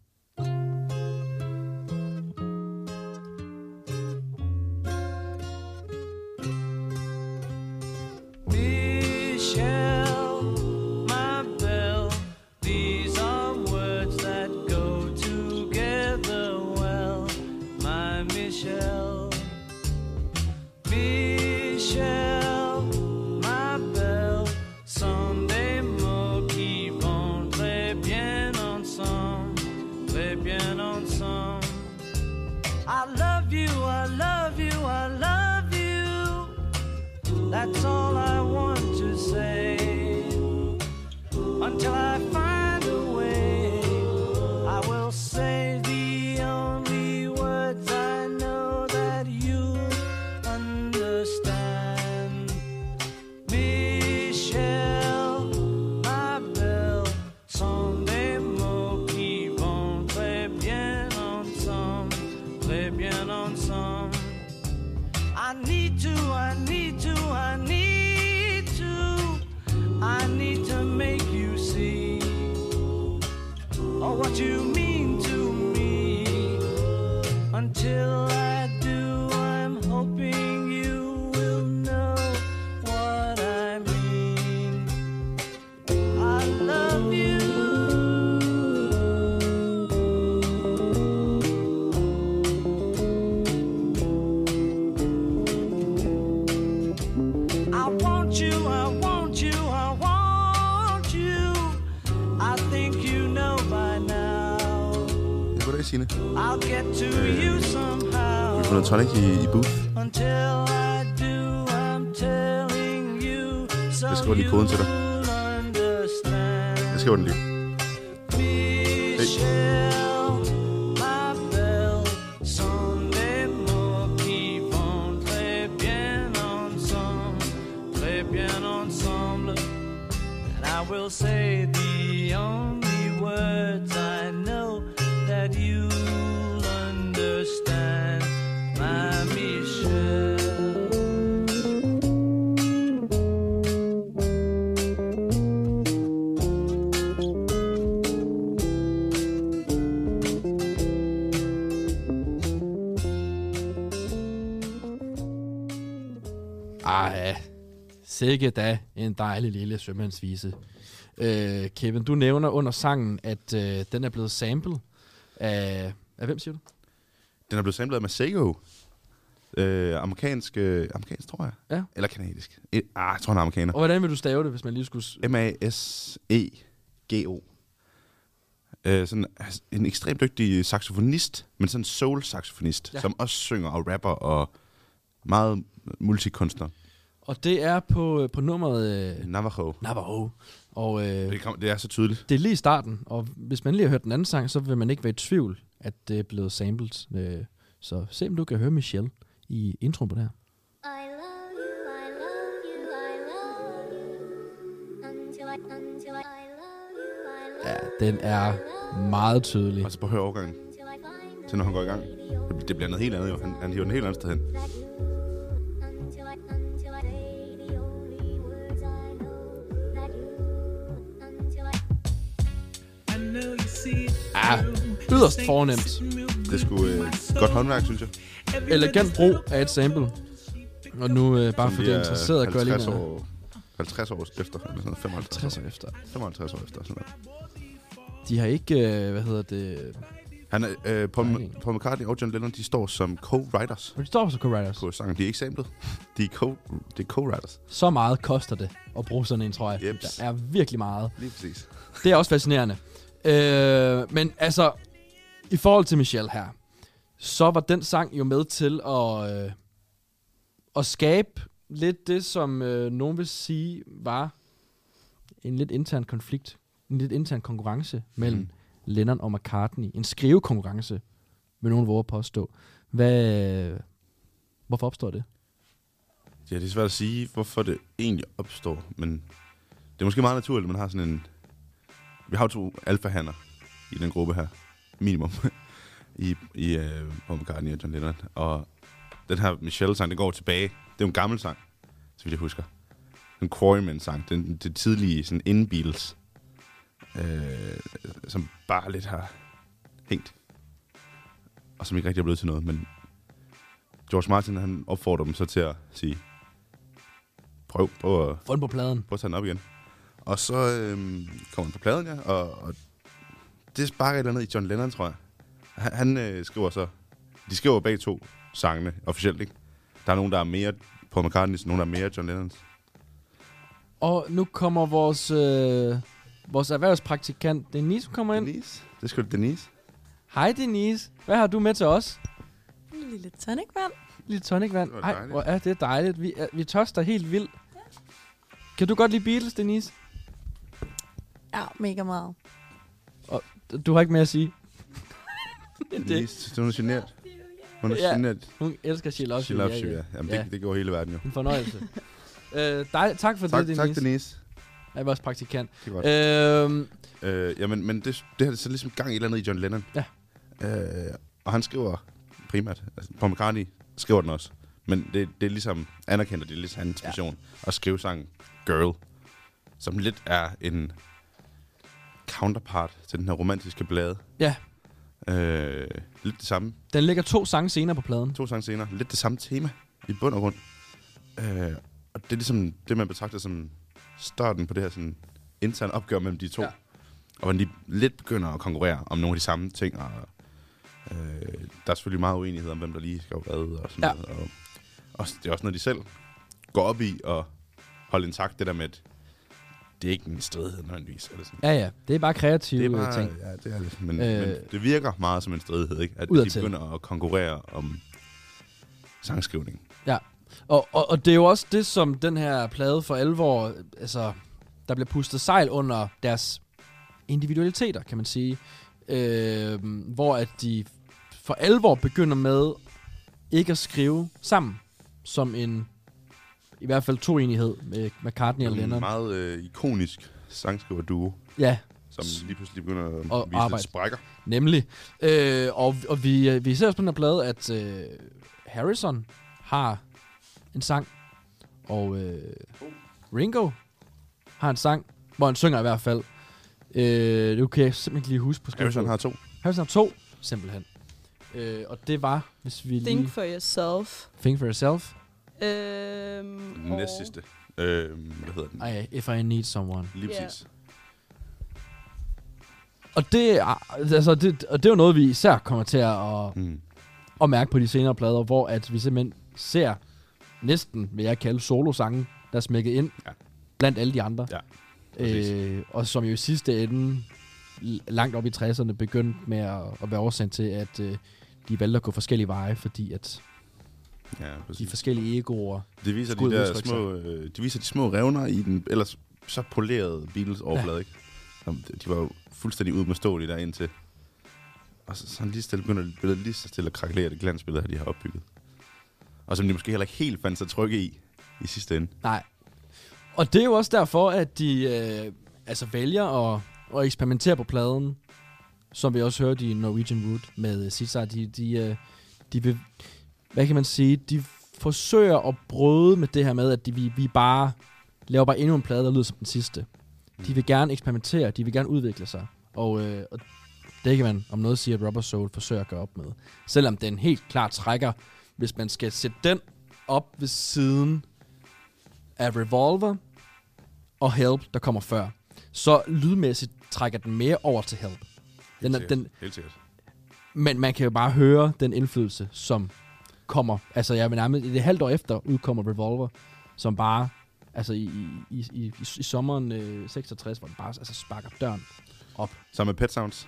dag, Signe. I'll get to you somehow. Vi får noget tonic i booth. Until I do, I'm telling you. Jeg skriver lige koden til dig. Jeg skriver den lige. Michelle, my belle, Sunday more, keep on très bien ensemble, and I will say the only words I know that you'll understand, my Michelle. Sikke da en dejlig lille sømandsvise. Kevin, du nævner under sangen, at den er blevet samlet af hvem siger du? Den er blevet samlet af Masego. Amerikansk, tror jeg. Ja. Eller kanadisk. Jeg tror, han er amerikaner. Og hvordan vil du stave det, hvis man lige skulle... Masego. Sådan en ekstremt dygtig saxofonist, men sådan en soul-saxofonist, som også synger og rapper og meget multikunstner. Og det er på nummeret... Navajo. Og, det er så tydeligt. Det er lige i starten, og hvis man lige har hørt den anden sang, så vil man ikke være i tvivl, at det er blevet samlet. Så se om du kan høre Michelle i introen på det her. I love you, I love you, I love you. Until I love you, I love Ja, den er meget tydelig. Altså på at høre overgangen til når han går i gang. Det bliver noget helt andet jo. Han hiver den helt andet sted hen. Yderst fornemt. Det er sgu godt håndværk, synes jeg. Elegant brug af et sample. Og nu bare fordi jeg er interesseret at gøre lige noget. 50 år efter, eller sådan 55 år efter. 55 år efter, sådan noget. De har ikke, Han er, Paul McCartney og John Lennon, de står som co-writers. De står som co-writers? På sangen. De er ikke samlet. De er co-writers. Så meget koster det at bruge sådan en, tror jeg. Yep. Der er virkelig meget. Lige præcis. Det er også fascinerende. Men altså, i forhold til Michelle her, så var den sang jo med til at skabe lidt det, som nogen vil sige var en lidt intern konflikt. En lidt intern konkurrence mellem Lennon og McCartney. En skrivekonkurrence, vil nogen våge påstå. Hvorfor opstår det? Ja, det er svært at sige, hvorfor det egentlig opstår, men det er måske meget naturligt, at man har sådan en... Vi har jo 2 alfahanner i den gruppe her, minimum, i Paul McCartney og John Lennon. Og den her Michelle-sang, den går tilbage. Det er jo en gammel sang, så vidt jeg husker. En Quarrymen-sang. Det tidlige sådan in-Beatles, som bare lidt har hængt. Og som ikke rigtig er blevet til noget. Men George Martin, han opfordrer dem så til at sige, prøv at få den på pladen. Prøv at tage den op igen. Og så kommer han på pladen, ja, og det sparker et eller andet i John Lennon, tror jeg. Han skriver så... De skriver begge 2 sangene, officielt, ikke? Der er nogen, der er mere Paul McCartney's, nogen, der er mere John Lennons. Og nu kommer vores erhvervspraktikant Denise kommer ind. Denise? Det skal du, Denise. Hej Denise. Hvad har du med til os? En lille tonicvand. Lille tonicvand. Ej, hvor er det dejligt. Vi tørster helt vildt. Kan du godt lide Beatles, Denise? Ja, mega meget. Og du har ikke mere at sige? Denise, hun er genert. Hun er genert. Hun elsker She Loves You. She Loves You, ja. Jamen, det går hele verden jo. En fornøjelse. Tak for det, Denise. Tak, Denise. Jeg er vores praktikant. Det er godt. Jamen, men det har så ligesom gang i et eller andet i John Lennon. Ja. Og han skriver primært. Altså, Paul McCartney skriver den også. Men det er ligesom anerkendt, det er ligesom hans mission at skrive sangen Girl, som lidt er en counterpart til den her romantiske blade. Ja. Lidt det samme. Den ligger 2 sange senere på pladen. 2 sange senere. Lidt det samme tema i bund og grund. Og det er ligesom det, man betragter som starten på det her sådan interne opgør mellem de 2. Ja. Og hvor de lidt begynder at konkurrere om nogle af de samme ting. Og, der er selvfølgelig meget uenighed om, hvem der lige skal have hvad og sådan noget. Og det er også noget, de selv går op i og holde intakt, det der med, at det er ikke en stridighed nødvendigvis. Eller sådan. Ja, det er bare kreative ting. Ja, det er det. Men det virker meget som en stridighed, ikke? At de begynder at konkurrere om sangskrivning. Ja, og det er jo også det, som den her plade for alvor, altså, der bliver pustet sejl under deres individualiteter, kan man sige. Hvor at de for alvor begynder med ikke at skrive sammen, som en, i hvert fald toenighed med McCartney og Lennon. En meget ikonisk sangskriver-duo. Ja. Som lige pludselig begynder at vise lidt sprækker. Nemlig. Og vi ser også på den her plade, at Harrison har en sang, og Ringo har en sang, hvor han synger i hvert fald. Det kan jeg simpelthen ikke lige huske på skrivebordet. Harrison har 2, simpelthen. Og det var, hvis vi Think for Yourself. Think for Yourself. Næst sidste. Hvad hedder den? Ej, If I Need Someone. Lige præcis. Og det er jo noget, vi især kommer til at mærke på de senere plader, hvor at vi simpelthen ser næsten, vil jeg kalde, solosange, der er smækket ind blandt alle de andre. Ja, og som jo i sidste ende, langt op i 60'erne, begyndte med at være årsagen til, at de valgte at gå forskellige veje, fordi at de forskellige egoer... Det viser de viser de små revner i den ellers så polerede Beatles overflade, ikke? De var jo fuldstændig udmodståelige der indtil. Og så lige stille begynder lige så stille at krakelere det glansbillede, de har opbygget. Og som de måske heller ikke helt fandt sig trygge i sidste ende. Nej. Og det er jo også derfor, at de vælger at eksperimentere på pladen, som vi også hørte i Norwegian Wood med Cesar. De vil, hvad kan man sige, de forsøger at bryde med det her med, at vi bare laver bare endnu en plade, der lyder som den sidste. De vil gerne eksperimentere, de vil gerne udvikle sig. Og det kan man om noget sige, at Rubber Soul forsøger at gøre op med. Selvom den helt klart trækker, hvis man skal sætte den op ved siden af Revolver og Help, der kommer før, så lydmæssigt trækker den mere over til Help. Helt sikkert. Men man kan jo bare høre den indflydelse, som kommer. Altså, jeg vil nærmest, det halvt år efter udkommer Revolver, som bare, altså i sommeren 66, hvor den bare sparker døren op. Sammen med Pet Sounds.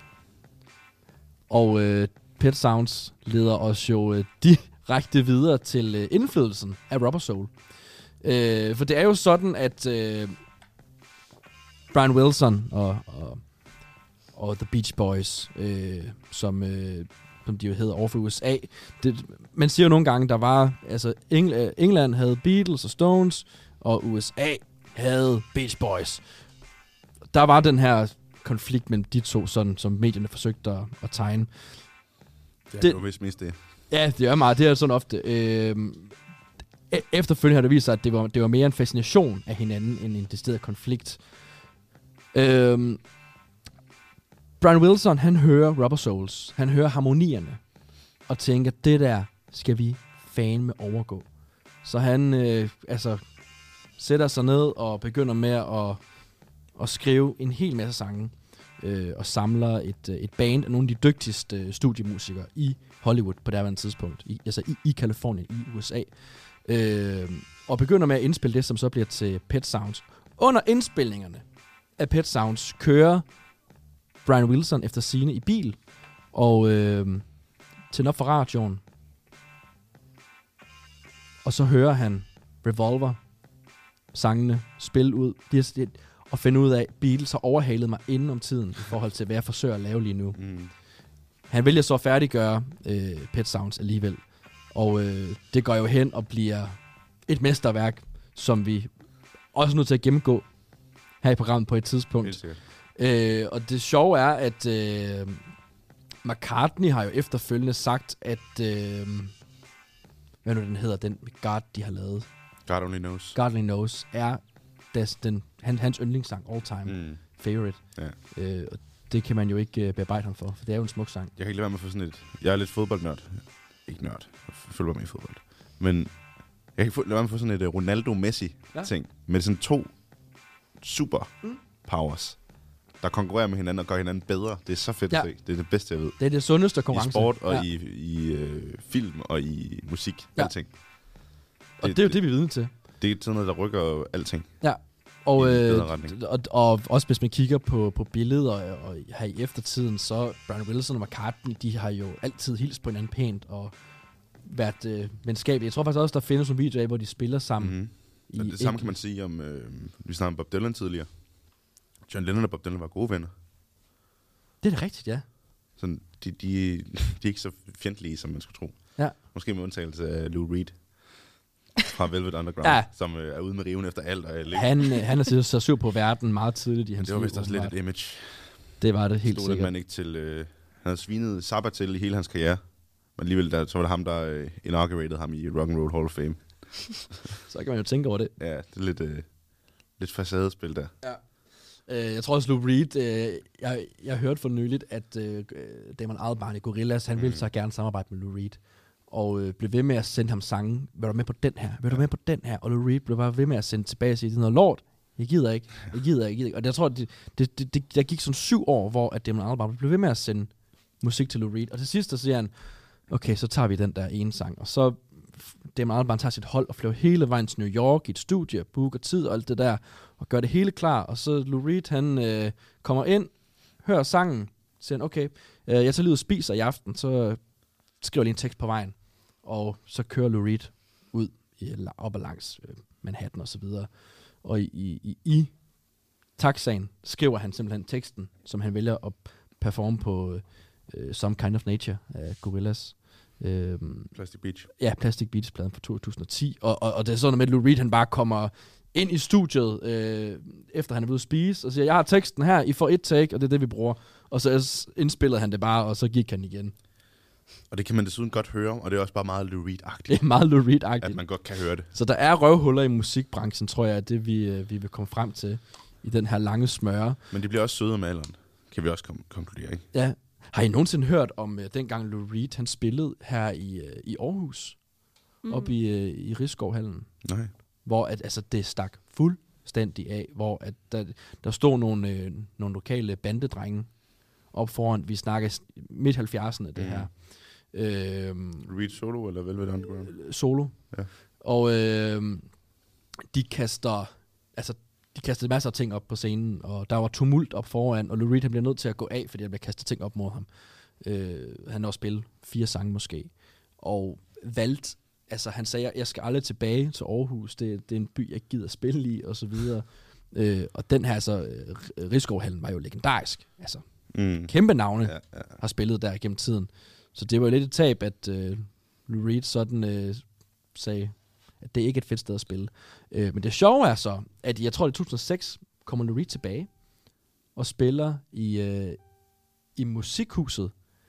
Og Pet Sounds leder os jo direkte videre til indflydelsen af Rubber Soul. For det er jo sådan, at Brian Wilson og The Beach Boys, som de jo hedder over for USA. Man siger jo nogle gange, der var, altså England havde Beatles og Stones, og USA havde Beach Boys. Der var den her konflikt mellem de to, sådan som medierne forsøgte at tegne. Det er jo vist mest det. Ja, det er meget. Det er sådan ofte. Efterfølgende har det vist sig, at det var mere en fascination af hinanden, end en decideret konflikt. Brian Wilson, han hører Rubber Souls. Han hører harmonierne. Og tænker, det der skal vi fandme overgå. Så han sætter sig ned og begynder med at skrive en hel masse sange. Og samler et band af nogle af de dygtigste studiemusikere i Hollywood på derværende tidspunkt. I Californien, i USA. Og begynder med at indspille det, som så bliver til Pet Sounds. Under indspilningerne af Pet Sounds kører Brian Wilson efter sigende i bil, og tænder op for radioen. Og så hører han Revolver sangene spille ud, og finde ud af, at Beatles har overhalet mig inden om tiden, i forhold til, hvad jeg forsøger at lave lige nu. Han vælger så at færdiggøre Pet Sounds alligevel. Og det går jo hen og bliver et mesterværk, som vi også er nødt til at gennemgå her i programmet på et tidspunkt. Og det sjove er, at McCartney har jo efterfølgende sagt, at hvad nu den hedder, den God, de har lavet. God Only Knows. God Only Knows er hans yndlingssang, all time favorite. Ja. Og det kan man jo ikke bearbejde ham for det er jo en smuk sang. Jeg kan ikke lade være med at få sådan jeg er lidt fodboldnørd. Ikke nørd. Jeg følger mig med i fodbold. Men jeg kan ikke lade være med at få sådan et Ronaldo-Messi-ting. Med sådan 2 super powers, der konkurrerer med hinanden og gør hinanden bedre. Det er så fedt at se. Det er det bedste, jeg ved. Det er det sundeste konkurrence. I sport og i film og i musik. Alting. Og det er jo det, vi er vidne til. Det er sådan noget, der rykker alting. Ja. Og, i en bedre retning. og også hvis man kigger på billeder og her i eftertiden, så Brian Wilson og McCartney, de har jo altid hilst på hinanden pænt og været venskabelige. Jeg tror faktisk også, der findes nogle videoer af, hvor de spiller sammen. Mm-hmm. Og det samme kan man sige om, vi snakkede om Bob Dylan tidligere. John Lennon og Bob Dylan var gode venner. Det er da rigtigt, ja. Sådan, de er ikke så fjendtlige, som man skulle tro. Ja. Måske med undtagelse af Lou Reed fra Velvet Underground, som er ude med riven efter alt. Og han er så sur på verden meget tidligt i hans liv. Det var vist også lidt et image. Det var det helt sikkert. Man ikke til, han havde svinet Zappa til i hele hans karriere, men alligevel så var det ham, der inaugurated ham i Rock and Roll Hall of Fame. Så kan man jo tænke over det. Ja, det er lidt facadespil der. Ja. Jeg tror også, Lou Reed, jeg hørte for nyligt, at Damon Albarn i Gorillaz, han ville så gerne samarbejde med Lou Reed. Og blev ved med at sende ham sange. Vil du med på den her? Vil du med på den her? Og Lou Reed blev bare ved med at sende tilbage og sige, det er noget lort. Jeg gider ikke. Og jeg tror, der gik sådan 7 år, hvor at Damon Albarn blev ved med at sende musik til Lou Reed. Og til sidst, så siger han, okay, så tager vi den der ene sang. Og så Damon Albarn tager sit hold og flyver hele vejen til New York i et studie, booker tid og alt det der, og gør det hele klar. Og så Lou Reed, han kommer ind, hører sangen, siger han, okay, jeg tager lige ud og spiser i aften, så skriver lige en tekst på vejen. Og så kører Lou Reed ud op og langs Manhattan og så videre. Og i taxaen skriver han simpelthen teksten, som han vælger at performe på Some Kind of Nature af Gorillaz. Plastic Beach. Ja, Plastic Beach-pladen fra 2010. Og det er sådan med, at Lou Reed han bare kommer ind i studiet, efter han er blevet spise, og siger, jeg har teksten her, I får et take, og det er det, vi bruger. Og så indspillede han det bare, og så gik han igen. Og det kan man desuden godt høre, og det er også bare meget Lou Reed-agtigt. Det er meget Lou Reed-agtigt. At man godt kan høre det. Så der er røvhuller i musikbranchen, tror jeg, at det vi vil komme frem til i den her lange smøre. Men de bliver også sødere med alderen, kan vi også konkludere, ikke? Ja. Har I nogensinde hørt om dengang Lou Reed, han spillede her i Aarhus, op i Rigskovhallen? Nej. Hvor det stak fuldstændig af, hvor at der stod nogle lokale bandedrenge op foran, vi snakker midt 70'erne det her. Reed solo eller Velvet Underground? Solo. Ja. Og de kastede masser af ting op på scenen, og der var tumult op foran, og Lou Reed han bliver nødt til at gå af, fordi der bliver kastet ting op mod ham. Han har også spillet 4 sange måske, og valgte, han sagde, jeg skal aldrig tilbage til Aarhus, det er en by, jeg gider spille i, og så videre. Og den her, Rigskovhallen var jo legendarisk, kæmpe navne har spillet der gennem tiden. Så det var jo lidt et tab, at Lou Reed sådan sagde, at det ikke er et fedt sted at spille. Men det sjove er så, at jeg tror, at i 2006 kommer Lou Reed tilbage og spiller i Musikhuset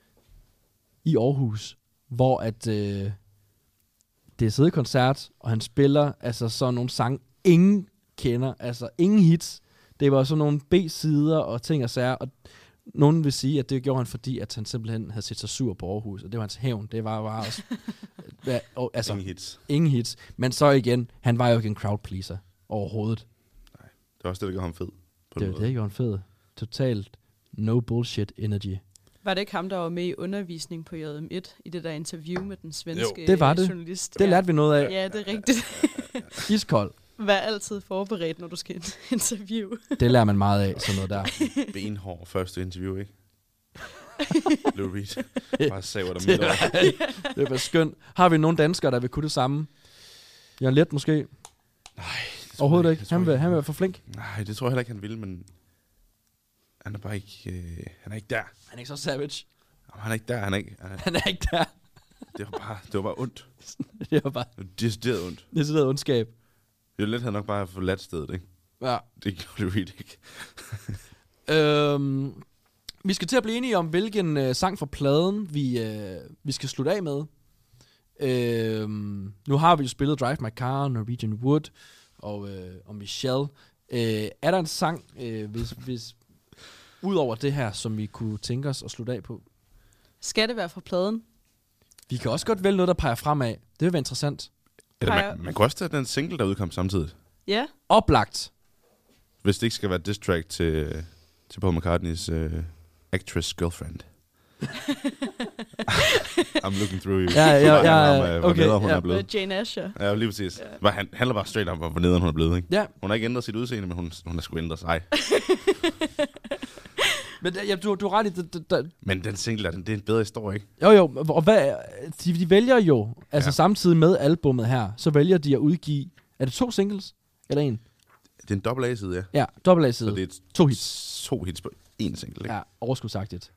i Aarhus, hvor at det er sædekoncert, og han spiller sådan nogle sange, ingen kender, ingen hits. Det var sådan nogle B-sider og ting og sager, og nogen vil sige, at det gjorde han, fordi at han simpelthen havde set sig sur på Aarhus, og det var hans hævn. Det var bare også... ingen hits. Ingen hits. Men så igen, han var jo ikke en crowd pleaser overhovedet. Nej, det var også det, der gjorde ham fed. Det gjorde han fed. Totalt no bullshit energy. Var det ikke ham, der var med i undervisning på JM1 i det der interview med den svenske det var det. journalist? Det lærte vi noget af. Ja, det er rigtigt. Iskold. Vær altid forberedt, når du skal interview. Det lærer man meget af, sådan noget der. Benhård første interview, ikke? Lou Reed. Bare saver dig midt over. Det var skønt. Har vi nogle danskere, der vil kunne det samme? Jørgen Leth måske? Nej. Overhovedet ikke. Han vil være for flink. Nej, det tror jeg heller ikke, han vil, men han er bare ikke, han er ikke der. Han er ikke så savage. Han er ikke der, han er ikke der. Det var bare ondt. Det var bare... Decideret ondt. Decideret ondskab. Jørgen Leth havde nok bare forladt stedet, ikke? Ja. Det gjorde Lou Reed ikke. Vi skal til at blive enige om, hvilken sang fra pladen, vi skal slutte af med. Nu har vi jo spillet Drive My Car, Norwegian Wood og Michelle. Er der en sang, hvis ud over det her, som vi kunne tænke os at slutte af på? Skal det være fra pladen? Vi kan også godt vælge noget, der peger fremad. Det vil være interessant. Eller man kan også tage den single, der udkom samtidig. Ja. Oplagt. Hvis det ikke skal være diss track til Paul McCartneys Actress Girlfriend. I'm looking through you. Ja, okay. Hun er blevet. Jane Asher. Ja, lige præcis. Ja. Han handler bare straight om, hvor nederen hun er blevet, ikke? Ja. Hun har ikke ændret sit udseende, men hun har sgu ændret sig. Men ja, du er ret i... Men den single, det er en bedre historie, ikke? Jo, og de vælger jo, altså samtidig med albummet her, så vælger de at udgive... Er det 2 singles? Eller en? Det er en dobbelt A-side, ja. Ja, dobbelt A-side. Så det er 2 hits. 2 hits på 1 single, ikke? Ja, overskudsagtigt.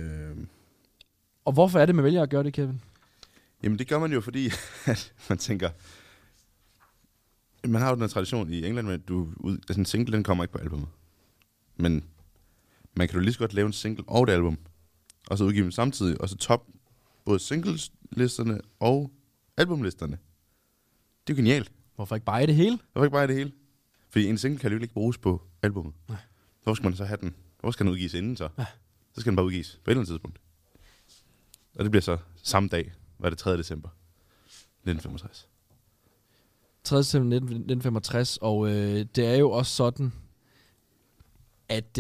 Og hvorfor er det, man vælger at gøre det, Kevin? Jamen, det gør man jo, fordi at man tænker... Man har jo den her tradition i England med, at en single, den kommer ikke på albumet. Men man kan jo lige så godt lave en single og et album, og så udgive dem samtidig, og så top både singles-listerne og albumlisterne. Det er jo genialt. Hvorfor ikke bare det hele? Hvorfor ikke bare det hele? Fordi en single kan jo ikke bruges på albumet. Nej. Hvorfor skal man så have den? Hvorfor skal den udgives inden så? Ja. Så skal den bare udgives på et eller andet tidspunkt. Og det bliver så samme dag, var det 3. december 1965. 3. december 1965, og det er jo også sådan, at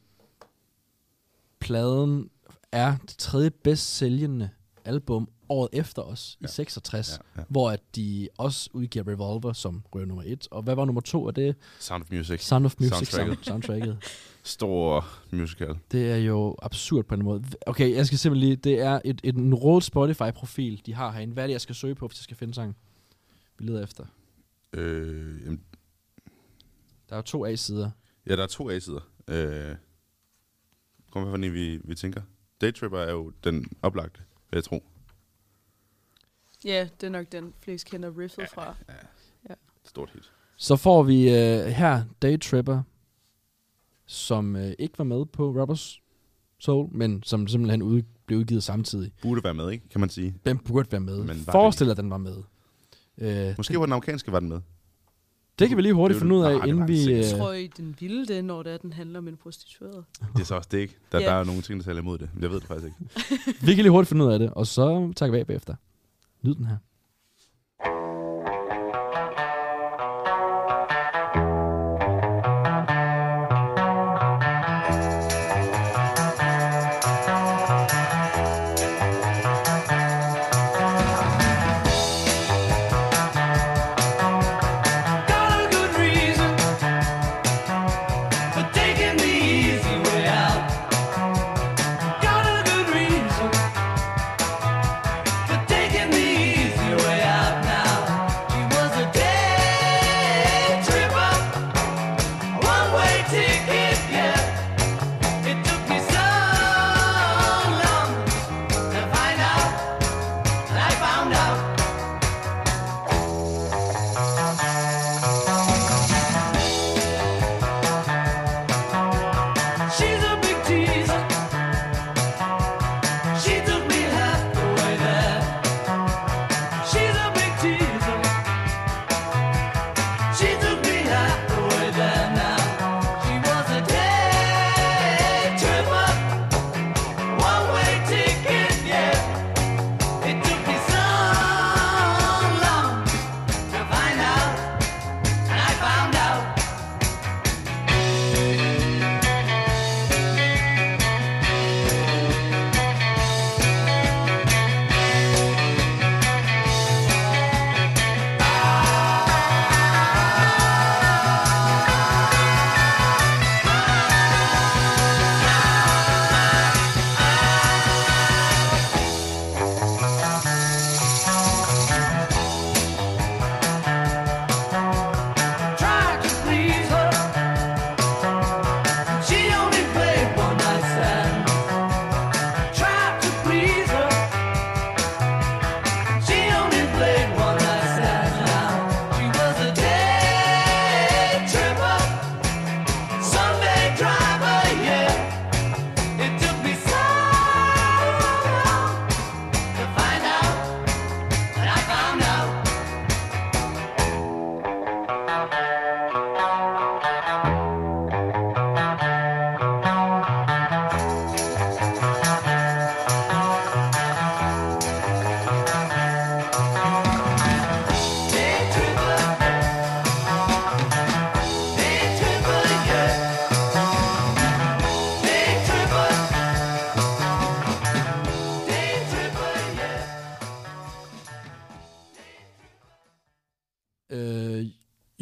pladen er det 3. bedst sælgende album året efter os, i 66, hvor at de også udgiver Revolver som røv nummer 1. Og hvad var nummer 2 af det? Sound of Music. Sound of Music, soundtracket. Stor musical. Det er jo absurd på en måde. Okay, jeg skal simpelthen lige, det er en rolled Spotify-profil, de har herinde. Hvad er det, jeg skal søge på, hvis jeg skal finde sangen? Vi leder efter. Jamen. Der er jo 2 A-sider. Ja, der er 2 A-sider. Kom med, hvordan vi tænker. Daytripper er jo den oplagte, vil jeg tro. Ja, det er nok den, flest kender riffet fra. Ja. Stort hit. Så får vi her Daytripper, som ikke var med på Rubber Soul, men som simpelthen blev udgivet samtidig. Burde være med, ikke? Kan man sige. Den burde være med. Forestil dig, den var med. Måske var den amerikanske var den med. Det kan vi lige hurtigt finde ud af, inden vi... Jeg tror I, den ville det, når den handler om en prostitueret. Det er så også det, ikke? Der er nogle ting, der taler imod det. Men jeg ved det faktisk ikke. Vi kan lige hurtigt finde ud af det, og så tager vi af bagefter. Nyd den her. Taking the easy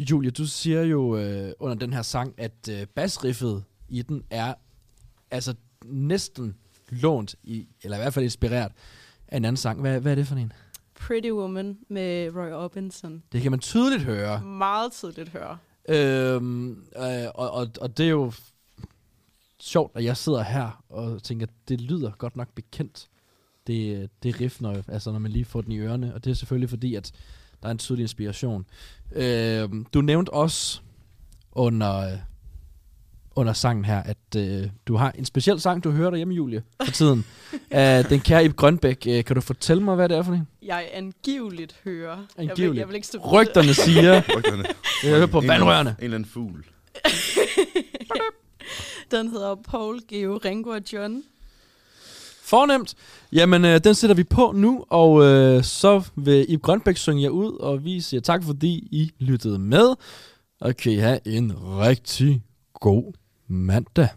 Julie, du siger jo under den her sang, at basriffet i den er altså næsten lånt, eller i hvert fald inspireret af en anden sang. Hvad er det for en? Pretty Woman med Roy Orbison. Det kan man tydeligt høre. Meget tydeligt høre. Og det er jo sjovt, at jeg sidder her og tænker, at det lyder godt nok bekendt. Det riff, når man lige får den i ørerne. Og det er selvfølgelig fordi, at der er en tydelig inspiration. Du nævnte også under sangen her, at du har en speciel sang, du hører derhjemme, Julie, for tiden. Den kære Ib Grønbæk. Kan du fortælle mig, hvad det er for en? Jeg angiveligt hører. Angiveligt. Jeg vil ikke stå Rygterne siger. Jeg hører på vandrørene. En eller anden fugl. Den hedder Paul, Geo, Ringo og John. Fornemt. Jamen, den sætter vi på nu, og så vil Ib Grønbæk synge jer ud, og vi siger tak, fordi I lyttede med. Og kan I have en rigtig god mandag.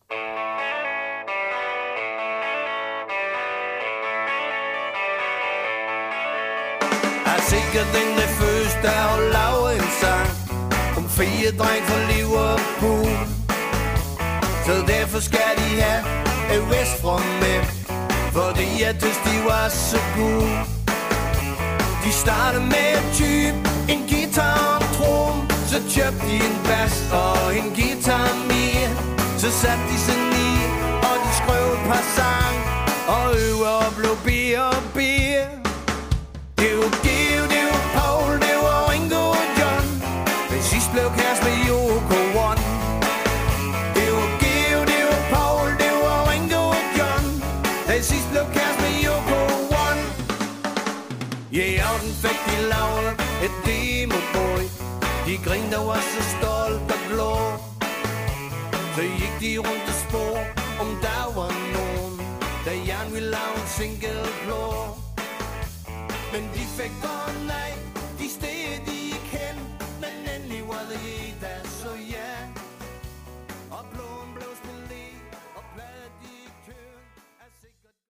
Jeg er sikkert den der første at lave en sang om 4 dreng fra Liverpool. Så derfor skal de have et vest fra med, fordi jeg synes de var så gode. De startede med at type en guitar og en trum, så købte de en bass og en guitar mere. Så satte de sig ned, og de skrev et par sang, og øver og blev bedre og bedre. Det var Geo, det var Paul, det var Ringo og John. Den sidst blev kæreste med Yoko One. Det var Geo, det var Paul, det var Ringo og John. Den sidst blev kæreste med Yoko One. Ja, og den fik de lavet et demoboy. De grinede og var så stolt og glå. Så gik de rundt og spor, om der var nogen, der gerne ville lave en single blå. Men de fik godt